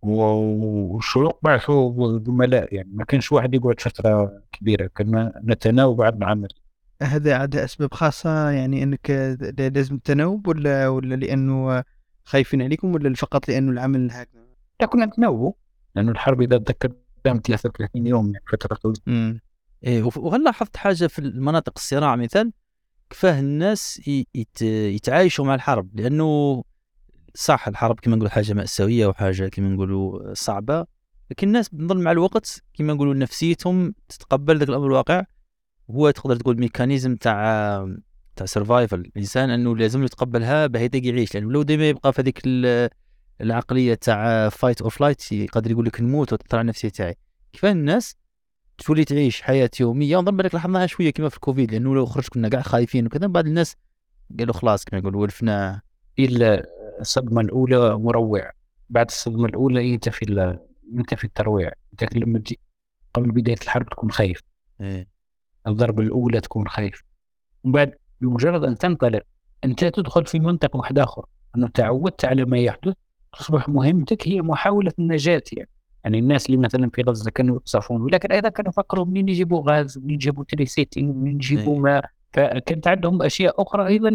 والشروق بعثوا زملاء، يعني ما كانش واحد يقعد فترة كبيرة، كنا نتناوب بعد العمل. هذا عاد أسباب خاصة يعني أنك لازم تناوب، ولا ولا لأنه خايفين عليكم، ولا فقط لأنه العمل هكذا؟ لا كنا نتناوب، لأنه الحرب إذا تذكر دامت ثلاثة وثلاثين يوم يعني فترة طويلة. إيه وهل لاحظت حاجة في المناطق الصراع مثال كفاه الناس يت... يتعايشوا مع الحرب؟ لأنه صح الحرب كما نقول حاجة مأساوية وحاجة كما نقولوا صعبة، لكن الناس بنظن مع الوقت كما نقولوا نفسيتهم تتقبل ذلك الأمر الواقع. هو تقدر تقول ميكانيزم تاع تاع سرفايفل الإنسان، أنه لازم يتقبلها بهيدا يعيش، لأنه لو ديما يبقى في هذيك العقلية تاع فايت أو فلايت يقدر يقول لك نموت وتطلع النفسية تاعي. كيف الناس تولي تعيش حياة يومية. نظن بالك لاحظناها شوية كما في الكوفيد، لأنه لو خرج كنا قاع خايفين وكذا، بعد الناس قالوا خلاص كما يقولوا ولفنا. إلا الصدمة الأولى مروع، بعد الصدمة الأولى أنت في أنت في الترويع. أنت لما تجي قبل بداية الحرب تكون خايف، إيه. الضربة الأولى تكون خايف، وبعد بمجرد أن تنطلق أنت تدخل في منطقة واحدة أخرى، أنه تعودت على ما يحدث، تصبح مهمتك هي محاولة النجاة. يعني يعني الناس اللي مثلا في غزة كانوا يقصفون، ولكن أيضا كانوا يفكروا منين يجيبوا غاز، منين يجيبوا تريسيتي، منين يجيبوا ماء. فكانت عندهم أشياء أخرى أيضا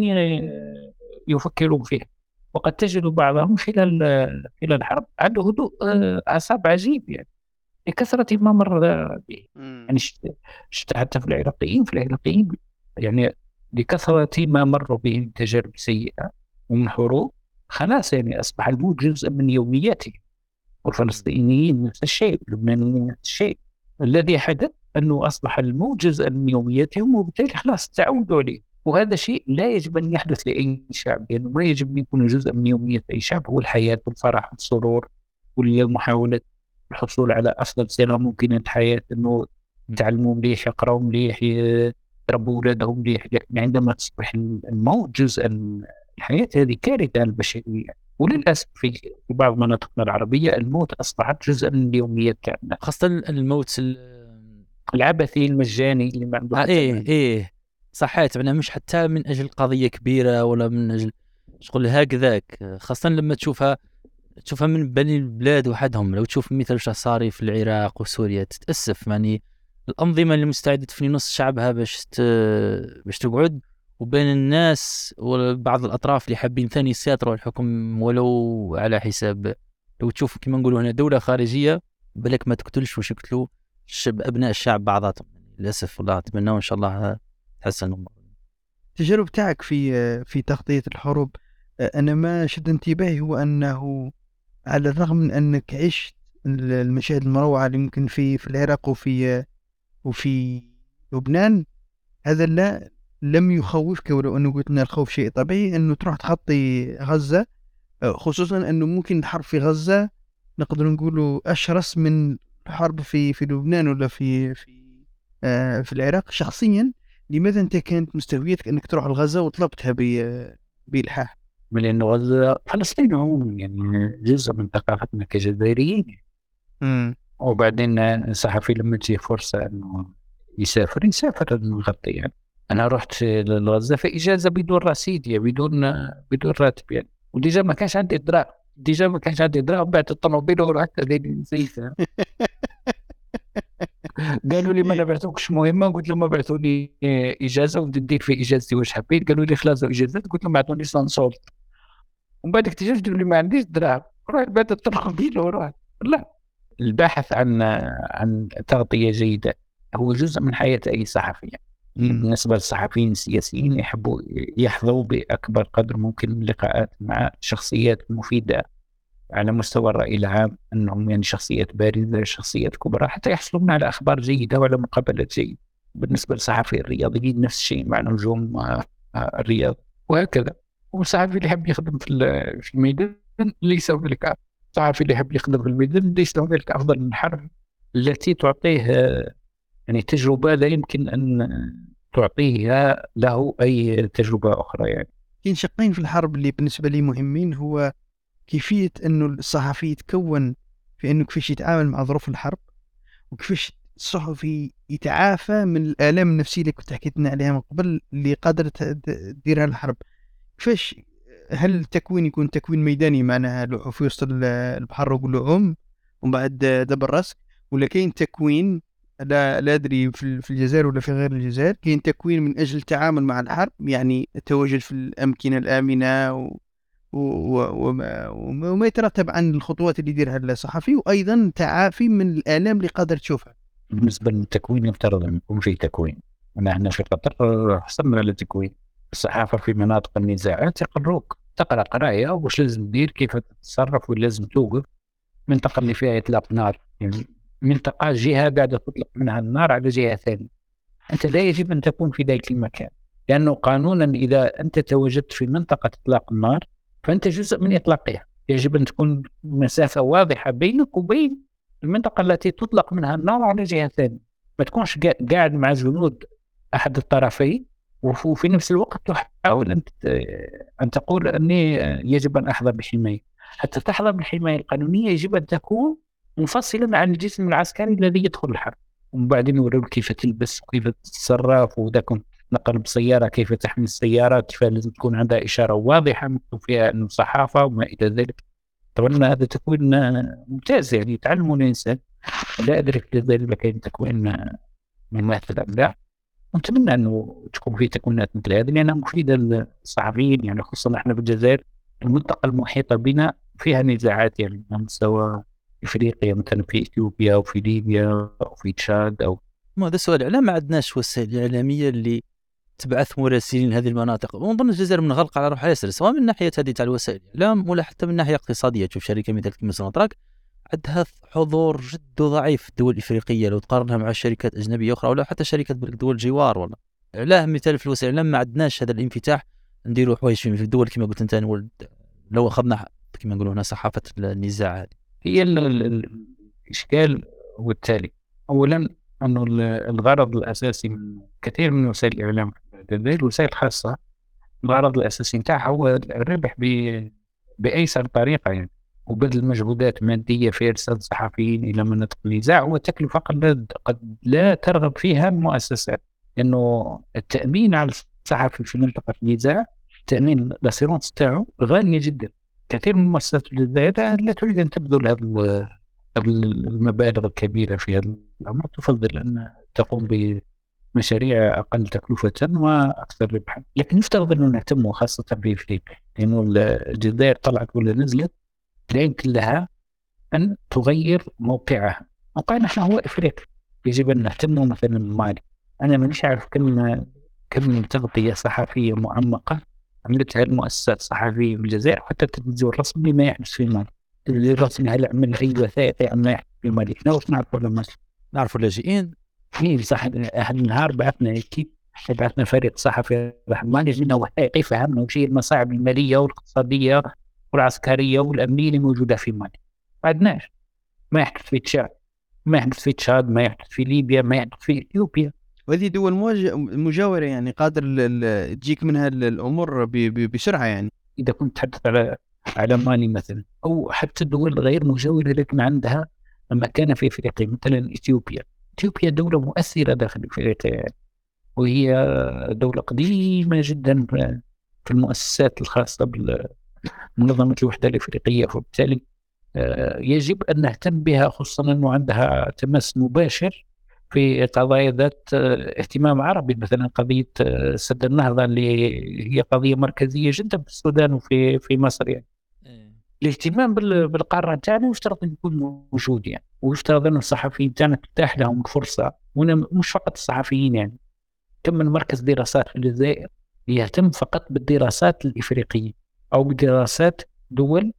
يفكرون فيها. وقد تجد بعضهم خلال خلال الحرب عنده هدوء أعصاب عجيب يعني. لكثرة ما مر به. مم. يعني شت شت حتى في العراقيين في العراقيين يعني لكثرة ما مروا به من تجارب سيئة ومن حروب، خلاص يعني أصبح الموت جزء من يومياتهم. والفلسطينيين نفس الشيء، اللبنانيين نفس الشيء. الذي حدث أنه أصبح الموت جزءا من يومياتهم، وبالتالي خلاص تعودوا عليه. وهذا شيء لا يجب أن يحدث لأي شعب، لأنه يعني ما يجب أن يكون جزء من يومية أي شعب هو الحياة والفرح والسرور والمحاولة الحصول على أفضل صيغة ممكنة الحياة، أنه يتعلموا مليح، يقرأوا مليح، يربوا أولادهم مليح. لكن عندما تصبح الموت جزءا من الحياة، هذه كارثة للبشرية. وللأسف في بعض مناطقنا العربية الموت أصبحت جزء من اليوميات تاعنا، خاصة الموت العبثي المجاني اللي ما عنده. آه إيه إيه صحيت، أنا مش حتى من أجل قضية كبيرة ولا من أجل شغل هكذاك، خاصة لما تشوفها تشوفها من بني البلاد وحدهم. لو تشوف مثل شو صاري في العراق وسوريا تتأسف، يعني الأنظمة اللي مستعدة تفني نص شعبها باش ت... باش تقعد، وبين الناس وبعض الأطراف اللي حابين ثاني يسيطروا الحكم ولو على حساب. لو تشوف كما نقولوا هنا دولة خارجية بالك ما تقتلش وش يقتلوا الشب أبناء الشعب بعضاتهم. للأسف والله أتمنى إن شاء الله تحسن الأمور. التجارب تاعك في في تغطية الحروب، أنا ما شد انتباهي هو أنه على الرغم من أنك عشت المشاهد المروعة اللي ممكن في في العراق وفي وفي لبنان، هذا لا لم يخوفك، ولو أنه قلت أن الخوف شيء طبيعي أنه تروح تغطي غزة، خصوصا أنه ممكن الحرب في غزة نقدر نقوله أشرس من الحرب في في لبنان ولا في في آه في العراق. شخصيا لماذا أنت كانت مستهويتك أنك تروح لغزة وطلبتها بإلحاح؟ من أنه غزة فلسطين عموما يعني جزء من ثقافتنا كجزائريين. امم وبعدين الصحفي لما تجي فرصة أنه يسافر يسافر نغطي. يعني أنا رحت لغزة في إجازة بدون رصيد، يعني بدون بدون راتب يعني، وديجا ما كانش عندي إدراك ديجا ما كانش عندي إدراك بعت الطوموبيل ورحت هذه نسيتها. قالوا لي ما نبعثوكش مهمة، قلت لهم ما بعثوا لي إجازة ودير في إجازتي واش حبيت. قالوا لي خلاص إجازات، قلت لهم بعثوني سانسولت. ومن بعد اكتشفت اللي ما عنديش دراهم، رحت بعت الطوموبيل ورحت. لا، البحث عن عن تغطية جيدة هو جزء من حياة أي صحفي. بالنسبة للصحفيين السياسيين يحبوا يحظوا بأكبر قدر ممكن من اللقاءات مع شخصيات مفيدة على مستوى الرأي العام، أنهم يعني شخصيات بارزة، شخصيات كبرى، حتى يحصلون على أخبار جيدة وعلى مقابلات جيدة. بالنسبة للصحفي الرياضيين نفس الشيء مع نجوم الرياض وهكذا. والصحفي اللي يحب يخدم في الميدان ليس هنالك صحفي اللي يحب يخدم في الميدان ليس هنالك أفضل من الحرب التي تعطيه يعني تجربة لا يمكن أن تعطيها له أي تجربة أخرى. يعني كاين شقين في الحرب اللي بالنسبة لي مهمين، هو كيفية أنه الصحفي يتكون في أنه كيفاش يتعامل مع ظروف الحرب، وكيفاش الصحفي يتعافى من الآلام النفسية اللي كنت حكيتنا عليها من قبل اللي قادرة تديرها الحرب. كيفاش هل التكوين يكون تكوين ميداني معناها لوحوا في وسط البحر وقولوا أم ومن بعد دب الرأس، ولا كاين تكوين لا لا أدري في الجزائر ولا في غير الجزائر كاين تكوين من أجل التعامل مع الحرب، يعني التواجد في الأمكنة الآمنة و وما وما يترتب عن الخطوات اللي يديرها الصحفي، وأيضا تعافي من الآلام اللي قادر تشوفها. بالنسبة للتكوين يفترض أن يكون في تكوين. نحن في قطر حصلنا على التكوين. الصحافة في مناطق النزاعات يقرروك تقرأ قراية وش لازم تدير، كيف تتصرف ولازم توقف. منطقة اللي فيها إطلاق نار، يعني منطقة جهة قاعدة تطلق منها النار على جهة ثانية، أنت لا يجب أن تكون في ذلك المكان، لأنه قانونا إذا أنت تواجدت في منطقة إطلاق النار فأنت جزء من إطلاقها. يجب أن تكون مسافة واضحة بينك وبين المنطقة التي تطلق منها النار على جهة ثانية. ما تكونش قاعد مع جنود أحد الطرفين وفي نفس الوقت تحاول أن أن تقول أني يجب أن أحظى بحماية. حتى تحظى بالحماية القانونية يجب أن تكون منفصلا عن الجسم العسكري الذي يدخل الحرب. وبعدين يورون كيف تلبس وكيف تتصرف، وإذا كنت نقل بسيارة كيف تحمل السيارة، كيف لازم تكون عندها إشارة واضحة مكتوب فيها أنه صحافة وما إلى ذلك. طبعا هذا تكوين ممتاز يعني يتعلمه الإنسان. لا أدري في الجزائر كاين تكوين مماثل أم لا. نتمنى أنه تكون في تكوينات مثل هذه لأنها مفيدة للصحفيين، يعني خصوصا نحن في الجزائر المنطقة المحيطة بنا فيها نزاعات يعني على مستوى إفريقيا مثلا في إثيوبيا أو في ليبيا أو في تشاد أو ما هذا السؤال، علاه ما عندناش وسائل إعلامية اللي تبعث مراسلين هذه المناطق؟ ونظن الجزائر من غلق على روحها ياسر، سواء من ناحية هذه تاع الوسائل الإعلام ولا حتى من ناحية اقتصادية. تشوف شركة مثل كيما سوناتراك عندها حضور جد ضعيف في الدول الإفريقية لو تقارنها مع شركات أجنبية أخرى ولا حتى شركات دول جوار. ولا علاه مثال في الوسائل الإعلام ما عندناش هذا الانفتاح نديروا حوايج في الدول كما قلت أنت. لو أخذنا كما نقولوا هنا صحافة النزاع هذه، هي ال- ال- الإشكال هو التالي. أولا أنه ال- الغرض الأساسي من كثير من وسائل الإعلام الوسائل الخاصة، الغرض الأساسي نتاعها هو الربح ب- بأيسر طريقة يعني، وبذل مجهودات مادية في إرسال الصحفيين إلى مناطق النزاع وتكلفة قد قد لا ترغب فيها المؤسسات، لأنه التأمين على الصحفي في منطقة النزاع، تأمين الأسيرونس تاعو غالية جدا. كثير من المؤسسات في الجزائر لا تريد أن تبذل هذه المبالغ الكبيرة في هذا الأمر، تفضل أن تقوم بمشاريع أقل تكلفة وأكثر ربحا. لكن يفترض أنه نهتم خاصة في إفريقيا، لأنه الجزائر طلعت ولا نزلت لا يمكن لها أن تغير موقعها. موقعنا نحن هو إفريقيا، يجب أن نهتم مثلا مالي. أنا مانيش عارف كم كم تغطية صحفية معمقة عملتها المؤسسات الصحفية في الجزائر حتى التلفزيون الرسمي ما يحدث في مالي. التلفزيون الرسمي هل عمل أي وثائقي عن ما يحدث في مالي؟ احنا وش نعرف ولا ما نعرف اللاجئين؟ في صح أحد النهار بعثنا كيف بعثنا فريق صحفي رحماني لنا وثائقي فهمنا وش هي المصاعب المالية والاقتصادية والعسكرية والأمنية اللي موجودة في مالي. ما عندناش. ما يحدث في تشاد، ما يحدث في تشاد، ما يحدث في ليبيا، ما يحدث في إثيوبيا. وهذه دول مجاورة يعني قادر تجيك منها الأمور بسرعة يعني. إذا كنت تحدث على على مالي مثلا أو حتى الدول غير مجاورة لكن عندها مكانة في إفريقيا مثلا إثيوبيا. إثيوبيا دولة مؤثرة داخل إفريقيا وهي دولة قديمة جدا في المؤسسات الخاصة بمنظمة الوحدة الإفريقية، وبالتالي يجب أن نهتم بها خصوصا أنه عندها تمس مباشر في قضايا ذات اهتمام عربي، مثلا قضية سد النهضة اللي هي قضية مركزية جدا في السودان وفي في مصر يعني. الاهتمام بالقارة تاعنا يفترض أن يكون موجود يعني، ويفترض أن الصحفيين تاعنا تتاح لهم الفرصة، ومش فقط الصحفيين يعني. كم من مركز دراسات في الجزائر يهتم فقط بالدراسات الإفريقية أو بدراسات دول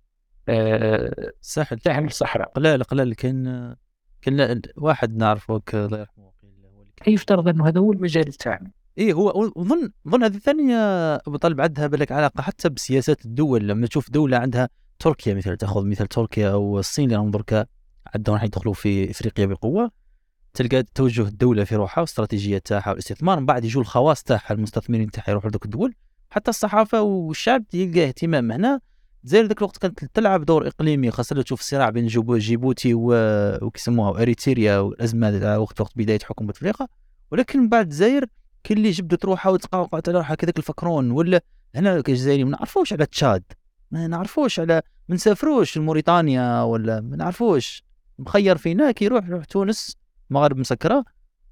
آه ساحل ساحل الصحراء. قلال قلال كان كان واحد نعرفه الله يرحمه يفترض أنه هذا هو المجال تاعنا. إيه هو أظن أظن هذه الثانية أبو طالب عندها بالك علاقة حتى بسياسات الدول. لما تشوف دولة عندها تركيا مثلا، تأخذ مثل تركيا أو الصين اللي نظرك عندهم راح يدخلوا في إفريقيا بقوة، تلقى توجه الدولة في روحها واستراتيجية تاعها والاستثمار، من بعد يجوا الخواص تاعها المستثمرين تاعها يروحوا لذوك الدول. حتى الصحافة والشعب يلقى اهتمام هنا. زي ذاك الوقت كانت تلعب دور إقليمي، خاصة تشوف الصراع بين جيبوتي وكيسموها أريتريا والأزمة وقت وقت بداية حكم بوتفليقة. ولكن من بعد الجزائر كل اللي جبدت روحها وتقاوقت على روحها كذاك الفكرون. ولا هنا كجزائري ما نعرفوش على تشاد، ما نعرفوش على ما نسافروش لموريتانيا، ولا ما نعرفوش مخير فينا كي يروح يروح تونس مغرب مسكرة،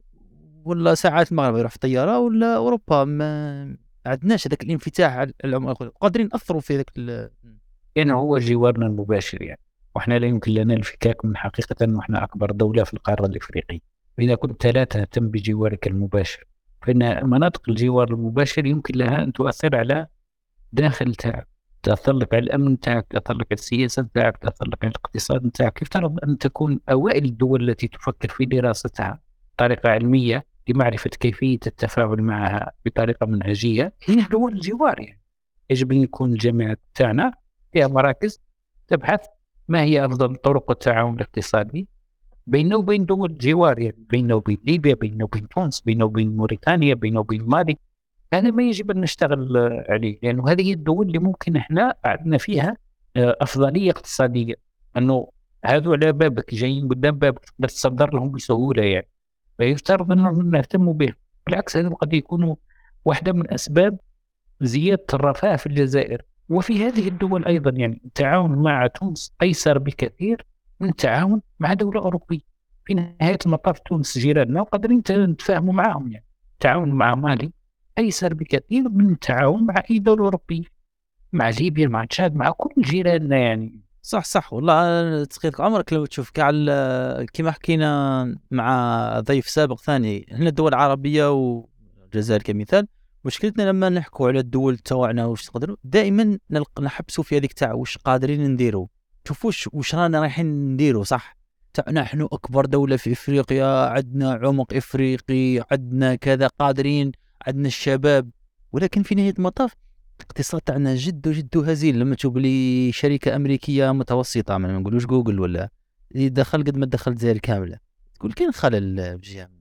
ولا ساعات المغرب يروح في طيارة، ولا أوروبا. ما عندناش هذاك الانفتاح على العمر، قادرين نأثروا في ذاك ال... يعني هو جوارنا المباشر يعني، وإحنا لا يمكن لنا الفكاك من حقيقة وإحنا أكبر دولة في القارة الإفريقية. إذا كنت لا تهتم بجوارك المباشر، فإن مناطق الجوار المباشر يمكن لها أن تؤثر على داخل تاعك، تأثر لك على الأمن تاعك، تأثر لك على السياسة تاعك، تأثر لك على الاقتصاد تاعك. يفترض أن تكون أوائل الدول التي تفكر في دراستها بطريقة علمية لمعرفة كيفية التفاعل معها بطريقة منهجية هي دول الجوار يعني. يجب أن يكون الجامعة تاعنا فيها مراكز تبحث ما هي أفضل طرق التعاون الاقتصادي بينه وبين دول الجوار يعني، بينه وبين ليبيا، بينه وبين تونس، بينه وبين موريتانيا، بينه وبين مالي. هذا ما يجب أن نشتغل عليه، لأنه هذه الدول اللي ممكن إحنا عندنا فيها أفضلية اقتصادية، أنه هذو على بابك جايين قدام بابك تقدر تصدر لهم بسهولة يعني، فيفترض أنه نهتم به. بالعكس هذا قد يكون واحدة من أسباب زيادة الرفاه في الجزائر. وفي هذه الدول أيضا يعني التعاون مع تونس أيسر بكثير من التعاون مع دولة أوروبية. في نهاية المطاف تونس جيراننا وقادرين نتفاهموا معهم يعني. التعاون مع مالي أيسر بكثير من التعاون مع أي دولة أوروبية، مع ليبيا، مع تشاد، مع كل جيراننا يعني. صح صح والله. تقيت عمرك لو تشوف كاع كما حكينا مع ضيف سابق ثاني، هنا الدول العربية والجزائر كمثال، مشكلتنا لما نحكوا على الدول تاعنا واش تقدروا دائما نلق نحبسوا في هذيك تاع واش قادرين نديروا. شوفوش واش رانا رايحين نديروا صح. تاع نحن اكبر دولة في افريقيا، عندنا عمق افريقي، عندنا كذا قادرين، عندنا الشباب، ولكن في نهاية المطاف الاقتصاد تاعنا جد جد هزيل. لما تشوف لي شركة أمريكية متوسطة، ما نقولوش جوجل ولا يدخل قد ما دخل الجزائر كاملة، تقول كاين خلل بجهة.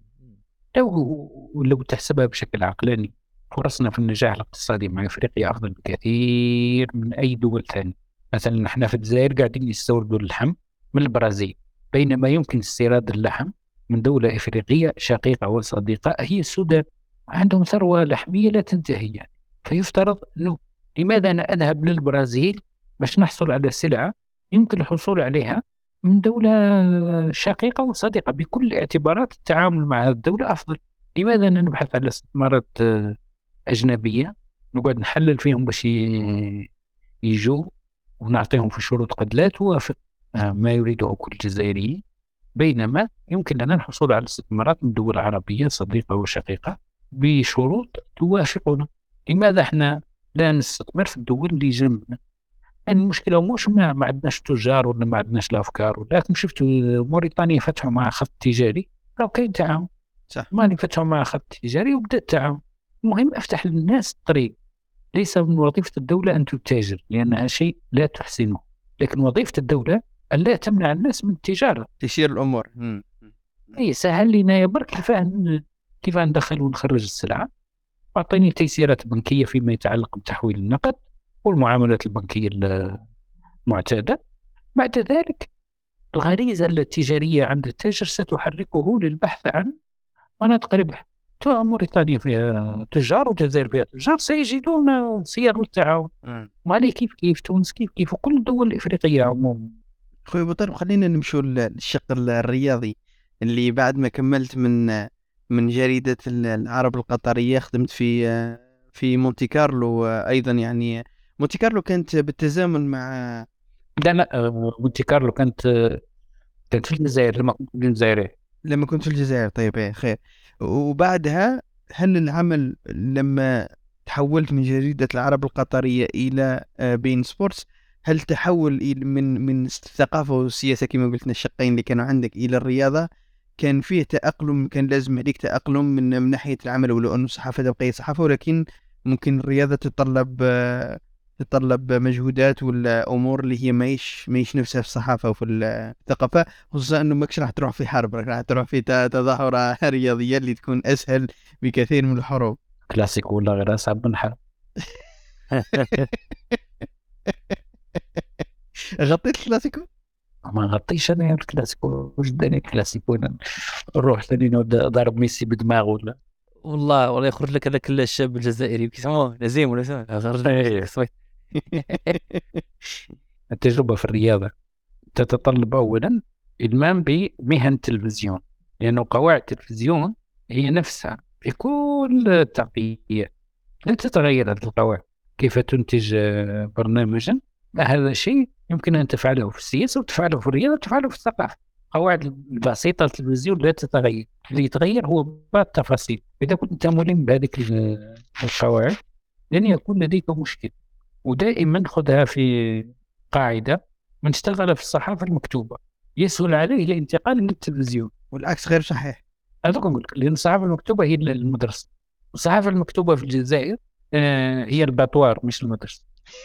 لو لو تحسبها بشكل عقلاني، فرصنا في النجاح الاقتصادي مع أفريقيا أفضل بكثير من أي دول ثانية. مثلا نحن في الجزائر قاعدين نستوردوا اللحم من البرازيل، بينما يمكن استيراد اللحم من دولة إفريقية شقيقة وصديقة هي السودان. عندهم ثروة لحمية لا تنتهي يعني. فيفترض أنه لماذا أنا أذهب للبرازيل باش نحصل على سلعة يمكن الحصول عليها من دولة شقيقة وصديقة؟ بكل اعتبارات التعامل مع هذه الدولة أفضل. لماذا أنا نبحث على استثمارات أجنبية نقعد نحلل فيهم باش يجوا ونعطيهم في شروط قد لا توافق ما يريده كل جزائري، بينما يمكن لنا الحصول على استثمارات من دول عربية صديقة وشقيقة بشروط توافقنا؟ لماذا احنا لا نستثمر في الدول اللي جنبنا؟ يعني المشكلة مش ما, ما عندناش تجار ولا ما عندناش الأفكار، ولكن شفت موريتانيا فتحوا مع خط تجاري، لو كاين تعاون صح. مالي فتحوا مع خط تجاري وبدأ التعاون. المهم افتح للناس الطريق. ليس من وظيفة الدولة أن تتاجر لأنها شيء لا تحسنه، لكن وظيفة الدولة أن لا تمنع الناس من التجارة، تسير الأمور. م. أي سهل لنا يا برك كيف كيف ندخل ونخرج السلعة، أعطيني تيسيرات بنكية فيما يتعلق بتحويل النقد والمعاملات البنكية المعتادة. بعد ذلك الغريزة التجارية عند التاجر ستحركه للبحث عن مناطق ربح. موريتانيا فيها تجار والجزائر فيها تجار، سيجدون صيغ التعاون. مالي كيف كيف تونس كيف كيف كل الدول الإفريقية عموما. خوي أبو طارق، خلينا نمشوا للشق الرياضي اللي بعد ما كملت من من جريدة العرب القطرية، خدمت في في مونتي كارلو أيضا. يعني مونتي كارلو كانت بالتزامن مع لا لا مونتي كارلو كانت كانت في الجزائر لما كنت في الجزائر لما كنت في الجزائر. طيب ايه خير. وبعدها هل العمل لما تحولت من جريدة العرب القطرية إلى بين سبورتس، هل تحول من من الثقافة والسياسة كما قلتنا الشقين اللي كانوا عندك إلى الرياضة، كان فيه تأقلم، كان لازم عليك تأقلم من من ناحية العمل، ولو أنه الصحافة تبقى صحافة، ولكن ممكن الرياضة تتطلب تتطلب مجهودات ولا أمور اللي هي مايش مايش نفسها في الصحافة وفي الثقافة، خصوصا أنه ماكش راح تروح في حرب، راح تروح في تظاهرة رياضية اللي تكون أسهل بكثير من الحروب. كلاسيكو ولا غير أصعب من حرب. غطيت الكلاسيكو؟ ما غطيش أنا الكلاسيكو، وش داني كلاسيكو نروح ثاني ضرب ميسي بدماغه ولا والله ولا يخرج لك هذاك الشاب الجزائري كيسموه نزيم ولا سمع خرج صويت. التجربة في الرياضة تتطلب أولا إلمام بمهن التلفزيون، لأنه قواعد التلفزيون هي نفسها في كل التقنيات، لا تتغير هذه القواعد. كيف تنتج برنامجا، هذا شيء يمكن أن تفعله في السياسة وتفعله في الرياضة وتفعله في الثقافة. قواعد البسيطة التلفزيون لا تتغير، اللي يتغير هو بعض التفاصيل. إذا كنت ملم بهذه القواعد لن يكون لديك مشكل. ودائما خذها في قاعدة: من اشتغل في الصحافة المكتوبة يسهل عليه الانتقال من التلفزيون. والعكس غير صحيح. هذا أقول لك، لأن الصحافة المكتوبة هي المدرسة، والصحافة المكتوبة في الجزائر آه هي الباتوار مش المدرسة.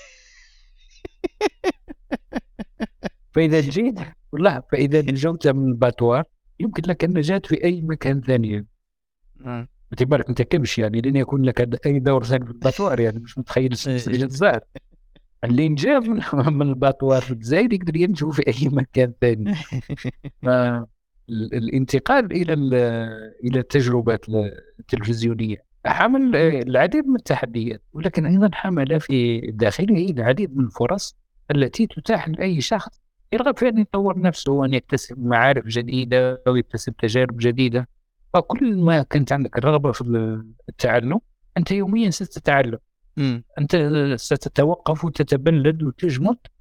فإذا جيت والله فإذا نجوت من الباتوار يمكن لك النجاة في أي مكان ثاني. باعتبارك أنت كبش يعني لن يكون لك أي دور ثاني في الباتوار، يعني مش متخيل الجزائر. اللي نجا من, من الباتوار في الجزائر يقدر ينجو في أي مكان ثاني. الانتقال إلى إلى التجربات التلفزيونية حمل العديد من التحديات، ولكن أيضا حمل في داخله العديد من الفرص التي تتاح لأي شخص يرغب في أن يطور نفسه وأن يكتسب معارف جديدة أو يكتسب تجارب جديدة. فكل ما كانت عندك الرغبة في التعلم أنت يوميا ستتعلم. م. أنت ستتوقف وتتبلد وتجمد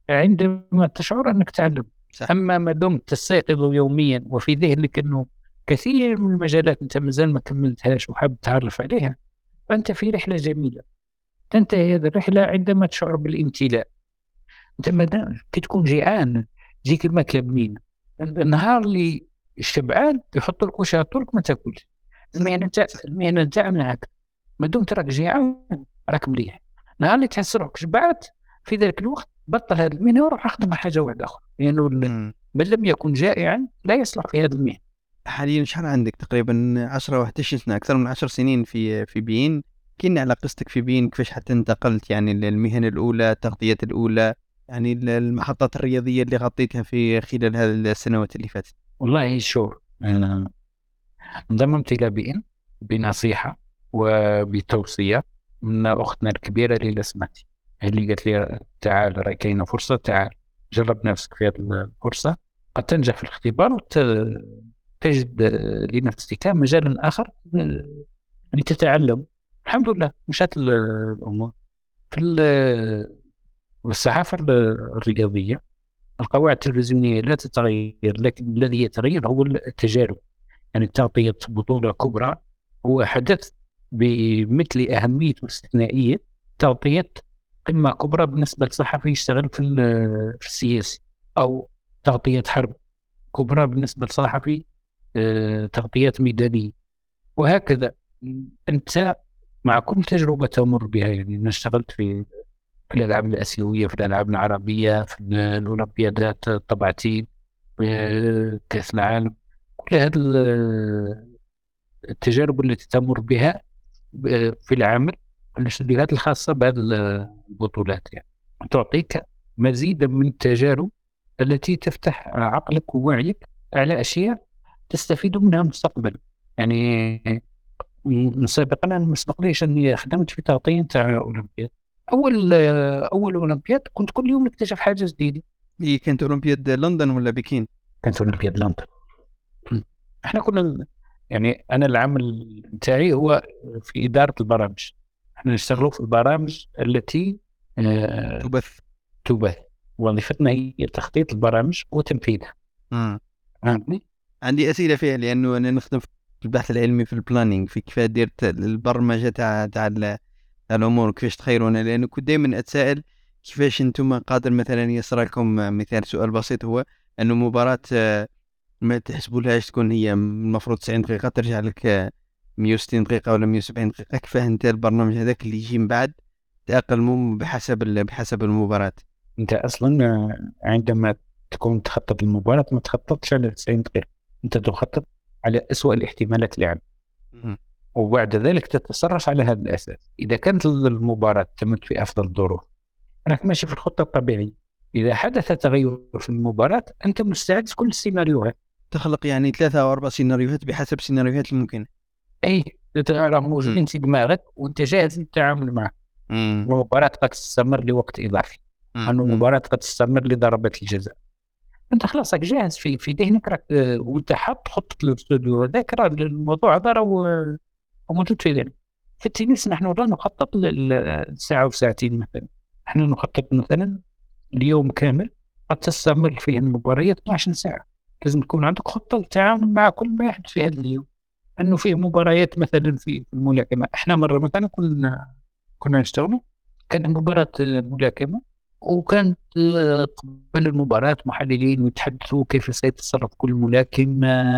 عندما تشعر أنك تعلم. صح. أما ما دمت تستيقظ يوميا وفي ذهنك أنه كثير من المجالات أنت مازال ما كملتهاش وحاب تعرف عليها، فأنت في رحلة جميلة. تنتهي هذه الرحلة عندما تشعر بالامتلاء. أنت ما كي تكون جيعان تجيك الماكلة بنينة، النهار اللي الشبعان يحط لك واش يحط لك ما تاكلش. المهنة تاع المهنة تاعنا هكا، ما دمت راك جيعان راك مليح. نهار اللي تحس روحك شبعت في ذلك الوقت بطل هذه المهنة وروح أخدم حاجة واحدة أخرى، لأنه يعني من لم يكن جائعا لا يصلح في هذه المهنة. حاليا شحال عندك؟ تقريبا عشرة واحد عشر سنة، أكثر من عشر سنين في في بين. كنا على قصتك في بين، كيفاش حتى انتقلت يعني للمهنة الأولى، التغطية الأولى، يعني المحطات الرياضية اللي غطيتها في خلال هذه السنوات اللي فاتت. والله شوف، أنا انضممت إلى بين بنصيحة وبتوصية من أختنا الكبيرة ليلى سماتي، اللي قالت لي تعال راهي كاينة فرصة، تعال جرب نفسك في هذه الفرصة، قد تنجح في الاختبار وتجد لنفسك مجالا آخر لتتعلم. الحمد لله مشات الأمور. في الصحافة الرياضية القواعد التلفزيونية لا تتغير، لكن الذي يتغير هو التجارب. يعني تغطية بطولة كبرى هو حدث بمثل أهمية واستثنائية تغطية قمة كبرى بالنسبة لصحفي يشتغل في في السياسي، أو تغطية حرب كبرى بالنسبة لصحفي تغطيات ميدانية، وهكذا. أنت مع كل تجربة تمر بها، يعني أنا اشتغلت في في الألعاب الآسيوية، في الألعاب العربية، في الأولمبيادات الطبعتين، في كأس العالم، كل هذه التجارب التي تمر بها في العمل، الاستديوهات الخاصة بهذه البطولات يعني تعطيك مزيدا من التجارب التي تفتح عقلك ووعيك على أشياء تستفيد منها مستقبلا. يعني سابقا أنا ما سبقليش أني خدمت في تغطية تاع أولمبياد. أول أول أولمبياد كنت كل يوم نكتشف حاجة جديدة. هي كانت أولمبياد لندن ولا بكين؟ كانت أولمبياد لندن. احنا كنا يعني أنا العمل بتاعي هو في إدارة البرامج. احنا نشتغل في البرامج التي آه تبث تبث وظيفتنا هي تخطيط البرامج وتنفيذها. عندي عندي أسئلة فيها، لأنه أنا نخدم في البحث العلمي في البلانينج، في كيف ديرت البرمجة تاع تاع الأمور، كيفاش تخيرونا. لأنه كنت دائما أتساءل كيفاش أنتم قادر مثلا يصير لكم مثال سؤال بسيط، هو أنه مباراة ما تحسبوا لهاش تكون هي المفروض تسعين دقيقة ترجع لك مية وستين دقيقة ولا مية وسبعين دقيقة، كيف أنت البرنامج هذاك اللي يجي من بعد تأقلموا بحسب بحسب المباراة؟ أنت أصلا عندما تكون تخطط المباراة ما تخططش على تسعين دقيقة، أنت تخطط على أسوأ الاحتمالات لعب، وبعد ذلك تتصرف على هذا الأساس. إذا كانت المباراة تمت في أفضل الظروف أنك ماشي في الخطة الطبيعية، إذا حدث تغير في المباراة أنت مستعد كل السيناريوهات، تخلق يعني ثلاثة أو أربع سيناريوهات بحسب السيناريوهات الممكنة. أي تتعرف موجودين في دماغك وأنت جاهز للتعامل معه. المباراة قد تستمر لوقت إضافي، أنه المباراة قد تستمر لضربة الجزاء، أنت خلاص جاهز في في ذهنك راك وأنت حط خطة الاستوديو ذاكرة الموضوع هذا راه موجود في ذهنك. في التنس نحن لا نخطط للساعة وساعتين مثلا، نحن نخطط مثلا اليوم كامل قد تستمر فيه المباريات اثنتي عشرة ساعة. لازم تكون عندك خطة للتعامل مع كل ما يحدث في هذا اليوم. أنه فيه مباريات مثلا في الملاكمة، إحنا مرة مثلا كنا كنا نشتغل، كان مباراة ملاكمة وكانت قبل المباراة محللين يتحدثوا كيف سيتصرف كل ملاكم،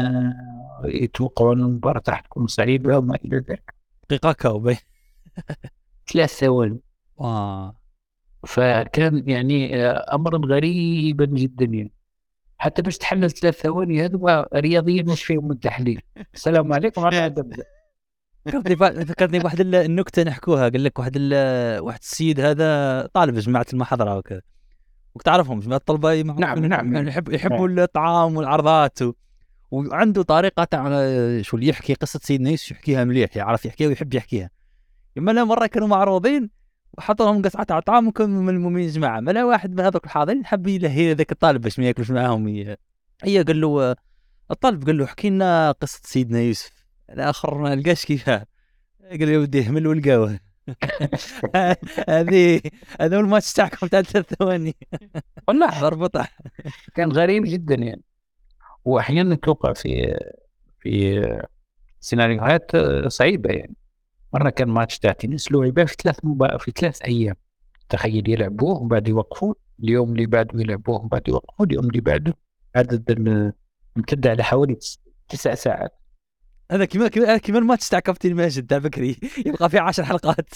يتوقعون المباراة راح تكون صعيبة وما إلى ذلك. دقيقة كوبي ثلاث ثواني. آه. فكان يعني أمر غريبا جدا، يعني حتى باش تحلل ثلاث ثواني هذا رياضيا مش فيهم التحليل. السلام عليكم ورحمة الله. فكرتني بواحد النكتة نحكوها، قال لك واحد واحد السيد هذا طالب جماعة المحاضرة وكذا، وتعرفهم جماعة الطلبة نعم نعم يحب يحبوا الطعام والعرضات و... وعنده طريقة تاع شو اللي يحكي قصة سيدنا يوسف يحكيها مليح، يعرف يحكيها ويحب يحكيها. يما لا مرة كانوا معروضين وحطوا لهم قطعة تاع طعام وكانوا من المؤمنين جماعة، ما لا واحد من هذوك الحاضرين حب يلهي ذاك الطالب باش ما ياكلش معاهم. هي قال له الطالب قال له احكي لنا قصة سيدنا يوسف. الآخر ما لقاش كيفاه، قال له ودي اهمل ولقاوه. هذه هذا الماتش تاعكم تاع ثلاث ثواني والله ضربطه كان غريب جدا يعني. واحيانا توقع في في سيناريوهات صعيبه يعني. مره كان ماتش تاع تنس لعب في ثلاث مباريات في ثلاث ايام. تخيل يلعبوه وبعد يوقفوه، اليوم اللي بعده يلعبوه وبعد يوقفوه، اليوم اللي بعده. عدد امتد على حوالي تسع ساعات. هذا كمان كمان كمان الماتش تاع كابتن ماجد تاع بكري يبقى فيه عشر حلقات.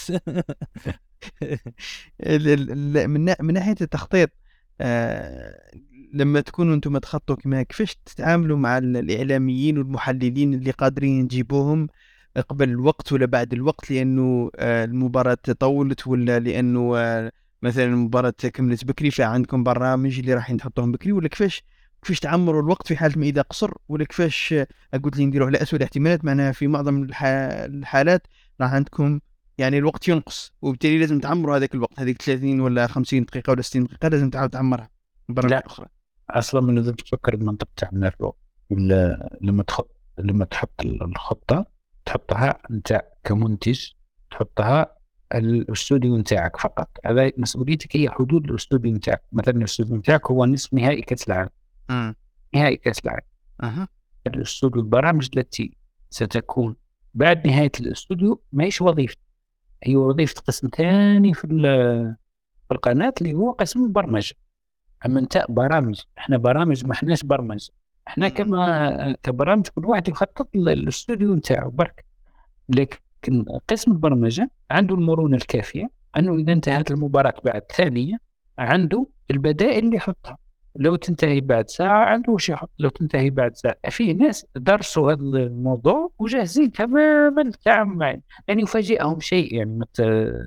من من ناحيه التخطيط، آه لما تكونوا انتم تخططوا كما كيفاش تتعاملوا مع الاعلاميين والمحللين اللي قادرين تجيبوهم قبل الوقت ولا بعد الوقت، لانه آه المباراه طولت، ولا لانه آه مثلا المباراه كملت بكري فعندكم برامج اللي راح تحطوهم بكري، ولا كيفاش كيفاش تعمروا الوقت في حاله ما اذا قصر، ولا كيفاش قلت لي نديروا على اسوء الاحتمالات؟ معناها في معظم الحالات راح عندكم يعني الوقت ينقص، وبالتالي لازم تعمروا هذاك الوقت، هذيك ثلاثين ولا خمسين دقيقة ولا ستين دقيقة لازم تعاود تعمرها برامج أخرى. أصلا من لازم تفكر بالمنطق تاعنا الوقت. لما تحط لما تحط الخطة تحطها أنت كمنتج، تحطها الاستوديو نتاعك فقط. هذا مسؤوليتك، هي حدود الاستوديو نتاعك. مثلا الاستوديو نتاعك هو نصف نهائي كأس العالم، نهائي كأس العالم. أه. الاستوديو البرامج التي ستكون بعد نهاية الاستوديو ما هيش وظيفة، هي وظيفة قسم ثاني في في القناة اللي هو قسم البرمجة. أما أنت برامج، إحنا برامج ما إحناش برمج، إحنا كما كبرامج كل واحد يخطط الاستوديو نتاعه برك. لكن قسم البرمجة عنده المرونة الكافية أنه إذا انتهت المباراة بعد ثانية عنده البدائل اللي يحطها. لو تنتهي بعد ساعة عنده وش يحط، لو تنتهي بعد ساعة. في ناس درسوا هذا الموضوع وجاهزين تماما للتعامل معه، يعني يفاجئهم شيء يعني مت...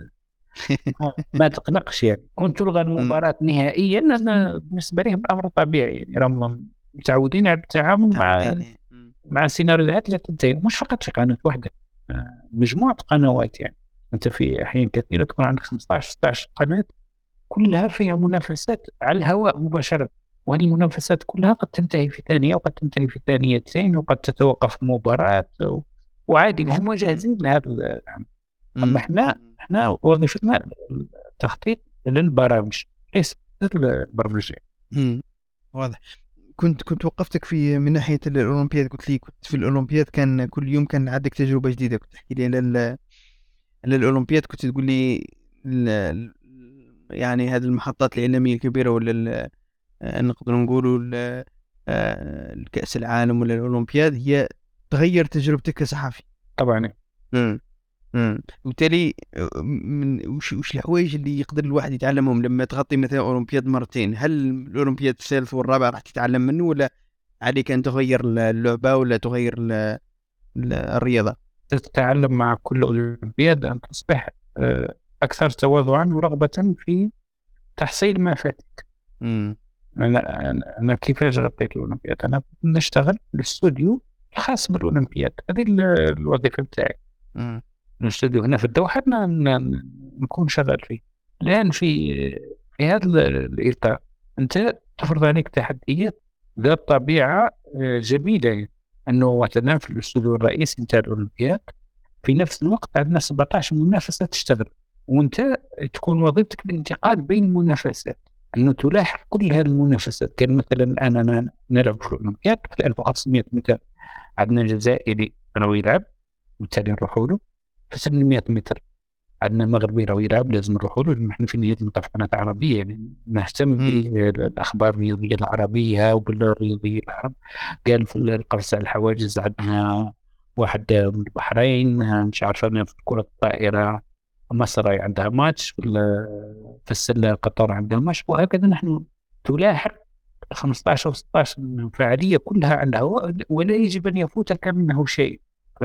ما تقلقش يعني. كنت تلغى المباراة نهائيا، أنا بالنسبة لهم أمر طبيعي يعني، راهم متعودين على التعامل مع مع السيناريوهات اللي تنتهي. مش فقط في قناة واحدة، مجموعة قنوات يعني. أنت في أحيان كثيرة تكون عندك خمسطعش ستاشر قناة كلها فيها منافسات على الهواء مباشرة، وهذه المنافسات كلها قد تنتهي في ثانية وقد تنتهي في ثانيتين وقد تتوقف المباراة، وعادي هم جاهزين لهذا العمل. أما إحنا إحنا وظيفتنا التخطيط للبرامج ليس البرمجة. واضح. كنت كنت وقفتك في من ناحية الأولمبياد، قلت لي كنت في الأولمبياد كان كل يوم كان عندك تجربة جديدة. كنت تحكي لي على الأولمبياد، كنت تقول لي يعني هذه المحطات الإعلامية الكبيرة، ولا نقدر نقولوا الكأس العالم ولا الأولمبياد، هي تغير تجربتك كصحفي طبعا. امم امم وبالتالي من وش وش الحوايج اللي يقدر الواحد يتعلمهم لما تغطي مثلا أولمبياد مرتين؟ هل الأولمبياد الثالث والرابع راح تتعلم منه، ولا عليك أن تغير اللعبة ولا تغير الرياضة؟ تتعلم مع كل أولمبياد أن تصبح أكثر تواضعا ورغبة في تحصيل ما فاتك. امم أنا أنا كيفاش غطيت الأولمبياد؟ أنا نشتغل الاستوديو الخاص بالأولمبياد، هذه الوظيفة بتاعي. امم الاستوديو هنا في الدوحة نكون شغال فيه. الآن في في هذا الإطار أنت تفرض عليك تحديات ذات طبيعة جميلة، أنه مثلا في الاستوديو الرئيسي نتاع الأولمبياد في نفس الوقت عندنا سبعطاش منافسة تشتغل، وأنت تكون وظيفتك الانتقال بين المنافسات، أنه تلاحق كل هذه المنافسات. كان مثلا الآن أنا نلعب في الأولمبياد في ألف وخمسمائة متر، عندنا جزائري راهو يلعب وبالتالي نروحوا له. في ثمانمائة متر عندنا مغربي راهو يلعب لازم نروحوا له، نحن في نهاية المطاف قناة عربية يعني نهتم بالأخبار الرياضية العربية وبالرياضية العرب. قال في القفز على الحواجز عندنا واحد من البحرين، مش عارف أنا في كرة الطائرة مصر عندها ماتش، في السلة قطر عندها ماتش، وهكذا نحن تلاحق خمسطعش أو ستطعش فعالية كلها على الهواء ولا يجب أن يفوتك منه شيء.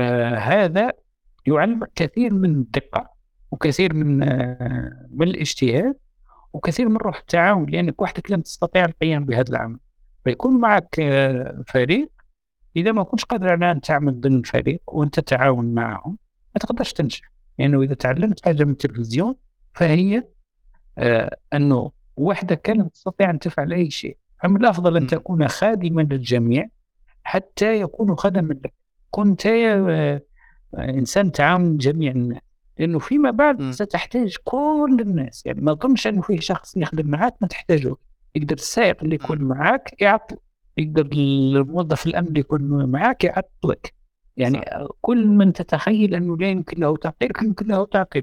فهذا يعلمك كثير من الدقة وكثير من من الاجتهاد وكثير من روح التعاون، لأنك وحدك لن تستطيع القيام بهذا العمل. فيكون معك فريق، إذا ما كنتش قادر على أن تعمل ضمن فريق وأنت تتعاون معهم ما تقدرش تنجح. لأنه يعني إذا تعلمت حاجة من التلفزيون فهي آه أنه وحدك لن تستطيع أن تفعل أي شيء. فمن الأفضل أن تكون خادما للجميع حتى يكونوا خدما لك. كنت آه إنسان تعاون جميع الناس، لأنه فيما بعد م. ستحتاج كل الناس. يعني ما أظنش أنه فيه شخص يخدم معك ما تحتاجه. يقدر السائق اللي يكون معك يعطل، يقدر الموظف الأمن اللي يكون معك يعطلك. يعني صح. كل من تتخيل أنه لا يمكن له تعطيل يمكن له تعقيب.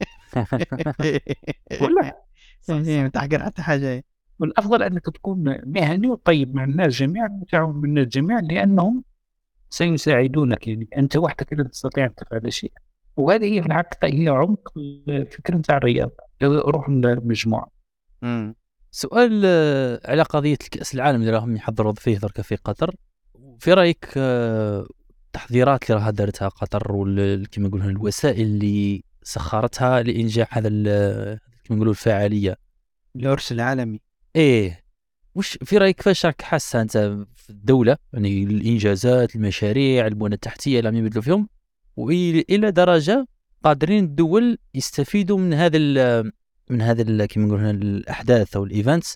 ولا تحقر حتى حاجة. والأفضل أنك تكون مهني وطيب مع الناس جميعا وتعاون مع الناس جميعا، لأنهم سيساعدونك. يعني أنت وحدك لا تستطيع أن تفعل شيء. وهذه هي في الحقيقة هي عمق الفكرة تاع الرياضة، روح المجموعة. امم سؤال آه، على قضية الكأس العالم اللي راهم يحضروا فيه درك في قطر. في رأيك آه، التحضيرات اللي راها دارتها قطر وكما نقولوا الوسائل اللي سخرتها لإنجاح هذا كما نقولوا الفعالية العرس العالمي، ايه وش في رأيك كيفاش راك حاسة انت في الدولة؟ يعني الانجازات، المشاريع، البنى التحتية اللي عم يبدلوا فيهم، والى درجة قادرين الدول يستفيدوا من هذا من هذا كما نقولوا هنا الاحداث او الايفنتس،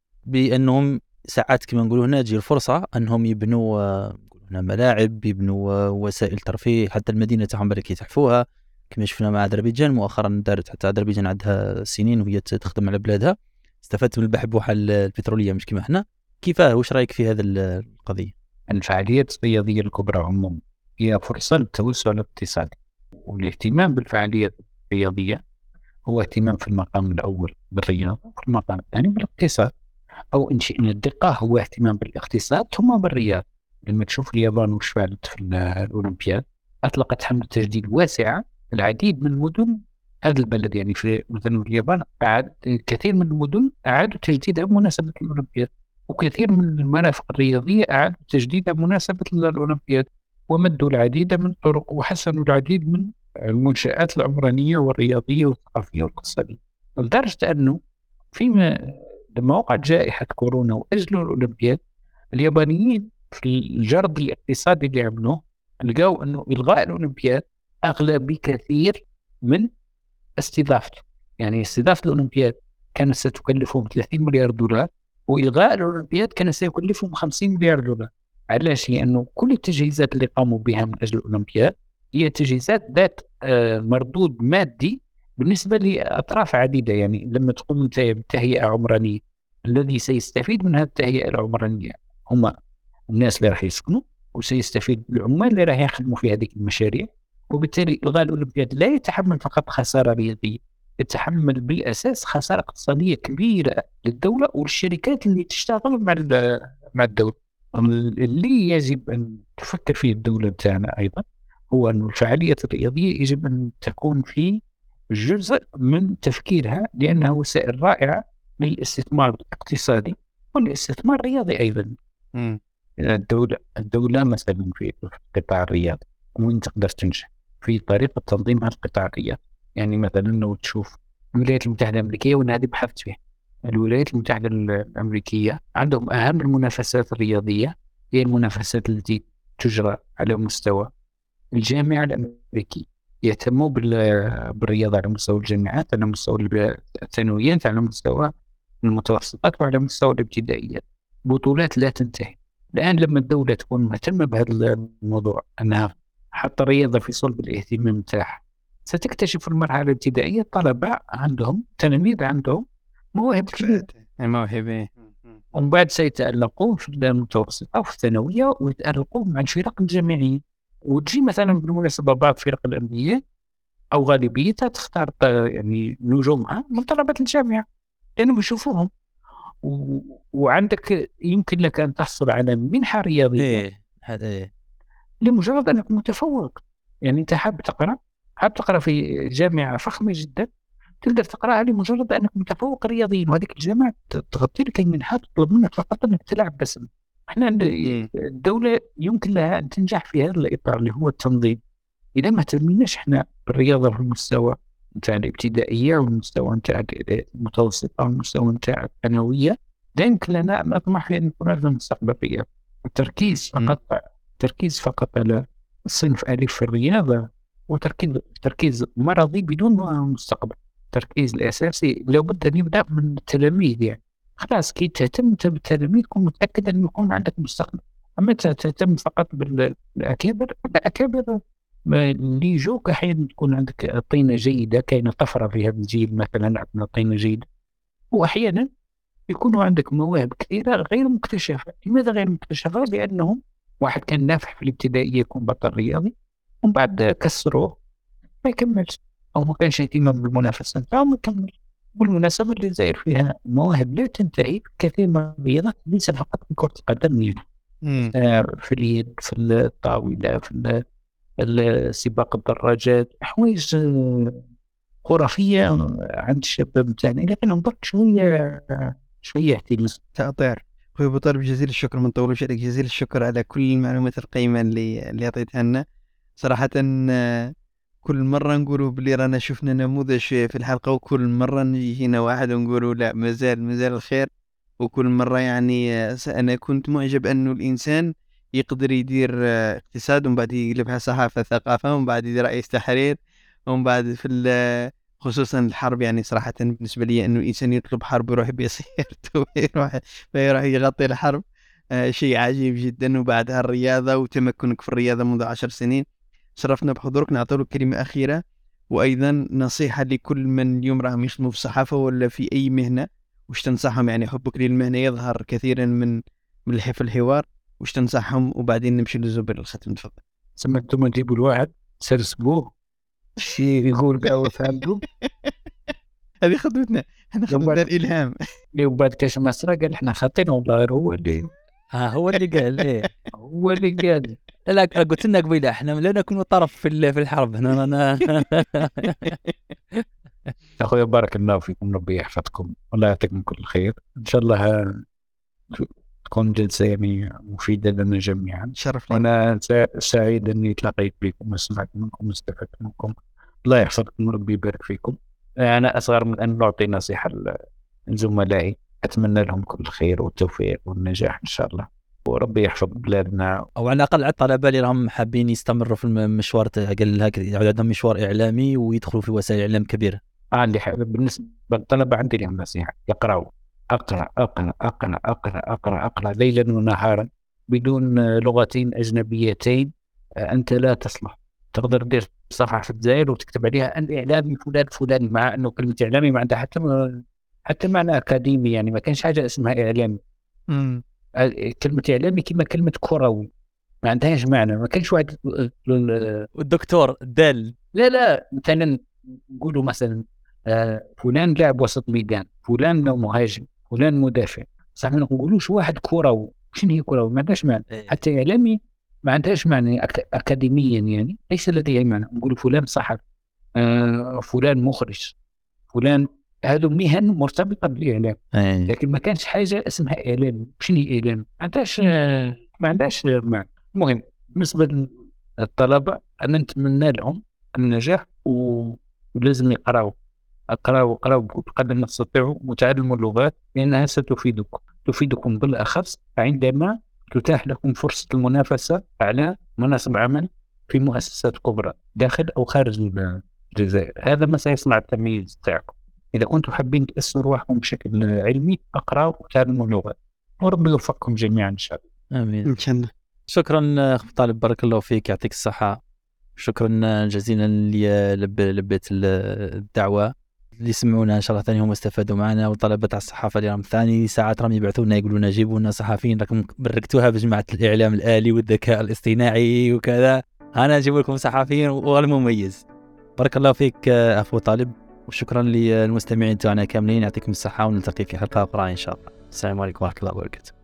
بانهم ساعات كما نقولوا هنا تجي الفرصة انهم يبنوا هنا ملاعب، يبنوا وسائل ترفيه، حتى المدينة تاعهم بالك يتحفوها كما شفنا مع أذربيجان مؤخرا. دارت حتى أذربيجان عندها سنين وهي تخدم على بلادها، استفدت من البحبوحة البترولية مش كما احنا. كيفاه وش رأيك في هذا القضية؟ الفعاليات الرياضية الكبرى عموما هي فرصة للتوسع الاقتصادي، والاهتمام بالفعاليات الرياضية هو اهتمام في المقام الأول بالرياضة، وفي المقام الثاني بالاقتصاد، أو إن شئنا الدقة هو اهتمام بالاقتصاد ثم بالرياضة. لما تشوف اليابان وش فعلت في الأولمبياد، أطلقت حملة تجديد واسعة. العديد من مدن هذا البلد، يعني في مثلا اليابان أعاد كثير من المدن أعادوا تجديدها بمناسبة الأولمبياد، وكثير من المرافق الرياضية أعادوا تجديدها بمناسبة الأولمبياد، ومدوا العديد من الطرق وحسنوا العديد من المنشآت العمرانية والرياضية والثقافية والاقتصادية، لدرجة أنه فيما لما وقعت جائحة كورونا وأجلوا الأولمبياد، اليابانيين في الجرد الاقتصادي اللي عملوه لقوا أنه إلغاء الأولمبياد أغلى بكثير من استضافته. يعني استضافة الأولمبياد كانت ستكلفهم ثلاثين مليار دولار، وإلغاء الأولمبياد كان سيكلفهم خمسين مليار دولار. علاش؟ لأنه كل التجهيزات اللي قاموا بها من أجل الأولمبياد هي تجهيزات ذات مردود مادي بالنسبة لأطراف عديدة. يعني لما تقوم بتهيئة عمرانية، الذي سيستفيد من هذه التهيئة العمرانية هم الناس اللي راح يسكنوا، وسيستفيد العمال اللي راح يخدموا في هذه المشاريع. وبالتالي إلغاء الأولمبياد لا يتحمل فقط خسارة رياضية، يتحمل بالأساس خسارة اقتصادية كبيرة للدولة والشركات اللي تشتغل مع مع الدولة. اللي يجب أن تفكر فيه الدولة بتاعنا أيضا هو أن الفعاليات الرياضية يجب أن تكون في جزء من تفكيرها، لأنها وسائل رائعة للاستثمار الاقتصادي والاستثمار الرياضي أيضا. م. الدولة الدولة مثلا في قطاع الرياضة وين تقدر تنجح في طريقة تنظيم هذا القطاع الرياضي. يعني مثلا لو تشوف الولايات المتحدة الأمريكية، وأنا هذه بحثت فيها، الولايات المتحدة الأمريكية عندهم أهم المنافسات الرياضية هي المنافسات التي تجرى على مستوى الجامعة الأمريكية. يهتموا بالرياضة على مستوى الجامعات، على مستوى الثانويات، على مستوى المتوسطات، وعلى مستوى الابتدائيات. بطولات لا تنتهي. الآن لما الدولة تكون مهتمة بهذا الموضوع، أنها حتى الرياضة في صلب الاهتمام تاعها، ستكتشف في المرحلة الابتدائية طلبة عندهم تلاميذ عندهم مواهب كبيرة، موهبة، ومن بعد سيتألقون في المتوسطة وفي الثانوية ويتألقون مع الفرق الجامعية. وتجي مثلا بالمناسبة بعض فرق الأندية أو غالبيتها تختار يعني نجومها من طلبة الجامعة لأنهم يشوفوهم. و... وعندك يمكن لك أن تحصل على منحة رياضية إيه هذا إيه لمجرد أنك متفوق. يعني أنت حاب تقرأ حاب تقرأ في جامعة فخمة جدا، تقدر تقرأها لمجرد أنك متفوق رياضيا، وهذيك الجامعة تغطي لك المنحة، تطلب منك فقط أنك تلعب بس. احنا الدولة يمكن لها أن تنجح في هذا الإطار اللي هو التنظيم. إذا ما تهتمناش احنا بالرياضة في المستوى نتاع الابتدائية والمستوى نتاع المتوسطة والمستوى نتاع الثانوية، لا يمكن لنا أن نطمح في أن نكون هذا المستقبل الرياضي. التركيز فقط تركيز فقط على الصنف ألف في الرياضة وتركيز تركيز مرضي بدون مستقبل. التركيز الأساسي لابد أن يبدأ من التلاميذ. يعني خلاص كي تهتم بالتلاميذ كن متأكد أن يكون عندك مستقبل. أما تهتم فقط بالأكابر، الأكابر ما اللي يجوك أحيانا تكون عندك طينة جيدة، كاينة طفرة في هذا الجيل مثلا عندنا طينة جيدة، وأحيانا يكونوا عندك مواهب كثيرة غير مكتشفة. لماذا غير مكتشفة؟ لأنهم واحد كان نافع في الابتدائية يكون بطل رياضي، ومن بعد كسروه ما يكملش، أو ما كانش اهتمام بالمنافسة أو ما يكملش. بالمناسبة الجزائر فيها مواهب لا تنتهي، كثير من الرياضات ليس فقط في كرة القدم، آه في اليد، في الطاولة، في السباق الدراجات، حوايج خرافية عند الشباب تاعنا، لكن برك شوية شوية اهتمام. تأطير. أخوي أبو طالب جزيل الشكر، من طولوش عليك، جزيل الشكر على كل المعلومات القيمة اللي اللي عطيتها لنا صراحة. كل مرة نقولوا بلي رانا شفنا نموذج في الحلقة، وكل مرة نجي هنا واحد ونقولوا لا مازال مازال الخير. وكل مرة يعني أنا كنت معجب أنه الإنسان يقدر يدير اقتصاد، ومن بعد يقلبها صحافة ثقافة، ومن بعد يدير رئيس تحرير، ومن بعد في خصوصا الحرب. يعني صراحة بالنسبة لي أنه الإنسان يطلب حرب ويروح بسيارته ويروح ويروح يغطي الحرب، آه شيء عجيب جدا. وبعدها الرياضة وتمكنك في الرياضة منذ عشر سنين. شرفنا بحضورك. نعطيك كلمة أخيرة، وأيضا نصيحة لكل من اليوم راهم يخدموا في الصحافة ولا في أي مهنة، وش تنصحهم؟ يعني حبك للمهنة يظهر كثيرا من من في الحوار، وش تنصحهم؟ وبعدين نمشي للزبر الختم. تفضل. سمعتم تجيبوا الواحد سرسبوه شي يقول قهوة فهمتوا. هذه خدمتنا احنا، خدمتنا الإلهام. وبعد كاش مسرى قال احنا خاطين، والله هو اللي ها هو اللي قال ايه هو اللي قال. لا قلت لنا قبيله احنا لا نكون طرف في في الحرب هنا. انا اخويا بارك الله فيكم، ربي يحفظكم والله يعطيكم كل خير. ان شاء الله تكون جلسة يعني مفيدة لنا جميعا. شرف لي. وانا سعيد اني تلاقيت بكم وسمعت منكم واستفدت منكم. الله يحفظكم وربي يبارك فيكم. انا اصغر من ان نعطي نصيحة لزملائي، اتمنى لهم كل الخير والتوفيق والنجاح ان شاء الله، وربي يحفظ بلادنا. او على الاقل على الطلبه اللي راهم حابين يستمروا في المشوار، قال هكذا يعود عندهم مشوار اعلامي ويدخلوا في وسائل اعلام كبيره. آه اللي حابب بالنسبه للطلبه عندي لهم نصيحه، يقراوا، اقرا اقرا اقرا اقرا اقرا اقرا ليلا ونهارا بدون لغتين اجنبيتين. آه انت لا تصلح. تقدر تدير صفحه في الجزائر وتكتب عليها الاعلامي فلان فلان، مع انه كلمه اعلامي ما عندها حتى حتى معنى اكاديمي، يعني ما كانش حاجه اسمها اعلامي. امم كلمة إعلامي كما كلمة كروي ما عندهاش معنى. ما كانش واحد والدكتور دل لا لا مثلا نقولوا مثلا آه فلان لاعب وسط ميدان، فلان مهاجم، فلان مدافع، صح؟ ما نقولوش واحد كروي. شنو هي كروي؟ ما عندهاش معنى. حتى إعلامي ما عندهاش معنى أك... أكاديميا، يعني ليس لديه معنى. نقول فلان صحفي، آه فلان مخرج، فلان، هذو مهن مرتبطة بالإعلام. لكن ما كانش حاجة اسمها إعلام. شنو إعلام؟ ما عندهاش ما عندهاش معنى. المهم بالنسبة للطلبة أنا نتمنى لهم النجاح، ولازم يقرأوا اقرأوا اقرأوا بقدر ما تستطيعوا وتعلموا اللغات، لأنها ستفيدكم تفيدكم بالأخص عندما تتاح لكم فرصة المنافسة على مناصب عمل في مؤسسات كبرى داخل أو خارج الجزائر. هذا ما سيصنع التمييز تاعكم. إذا كنتم حابين تأسسوا رواحكم بشكل علمي، اقرأوا وتعلموا اللغات، وربي يوفقكم جميعا إن شاء الله. آمين إن شاء الله. شكرا أخ طالب، بارك الله فيك، يعطيك الصحة. شكرا جزيلا اللي لب لبيت الدعوة، اللي سمعونا إن شاء الله ثاني هم استفادوا معنا، وطلبة على الصحافة اللي راهم ثاني ساعات راهم يبعثونا يقولوا لنا جيبوا لنا صحفيين راكم بركتوها بجماعة الإعلام الآلي والذكاء الاصطناعي وكذا، أنا أجيب لكم صحفيين والمميز. بارك الله فيك أخو طالب، وشكرا للمستمعين تاعنا كاملين، يعطيكم الصحة، ونلتقي في حلقة أخرى إن شاء الله. السلام عليكم ورحمة الله وبركاته.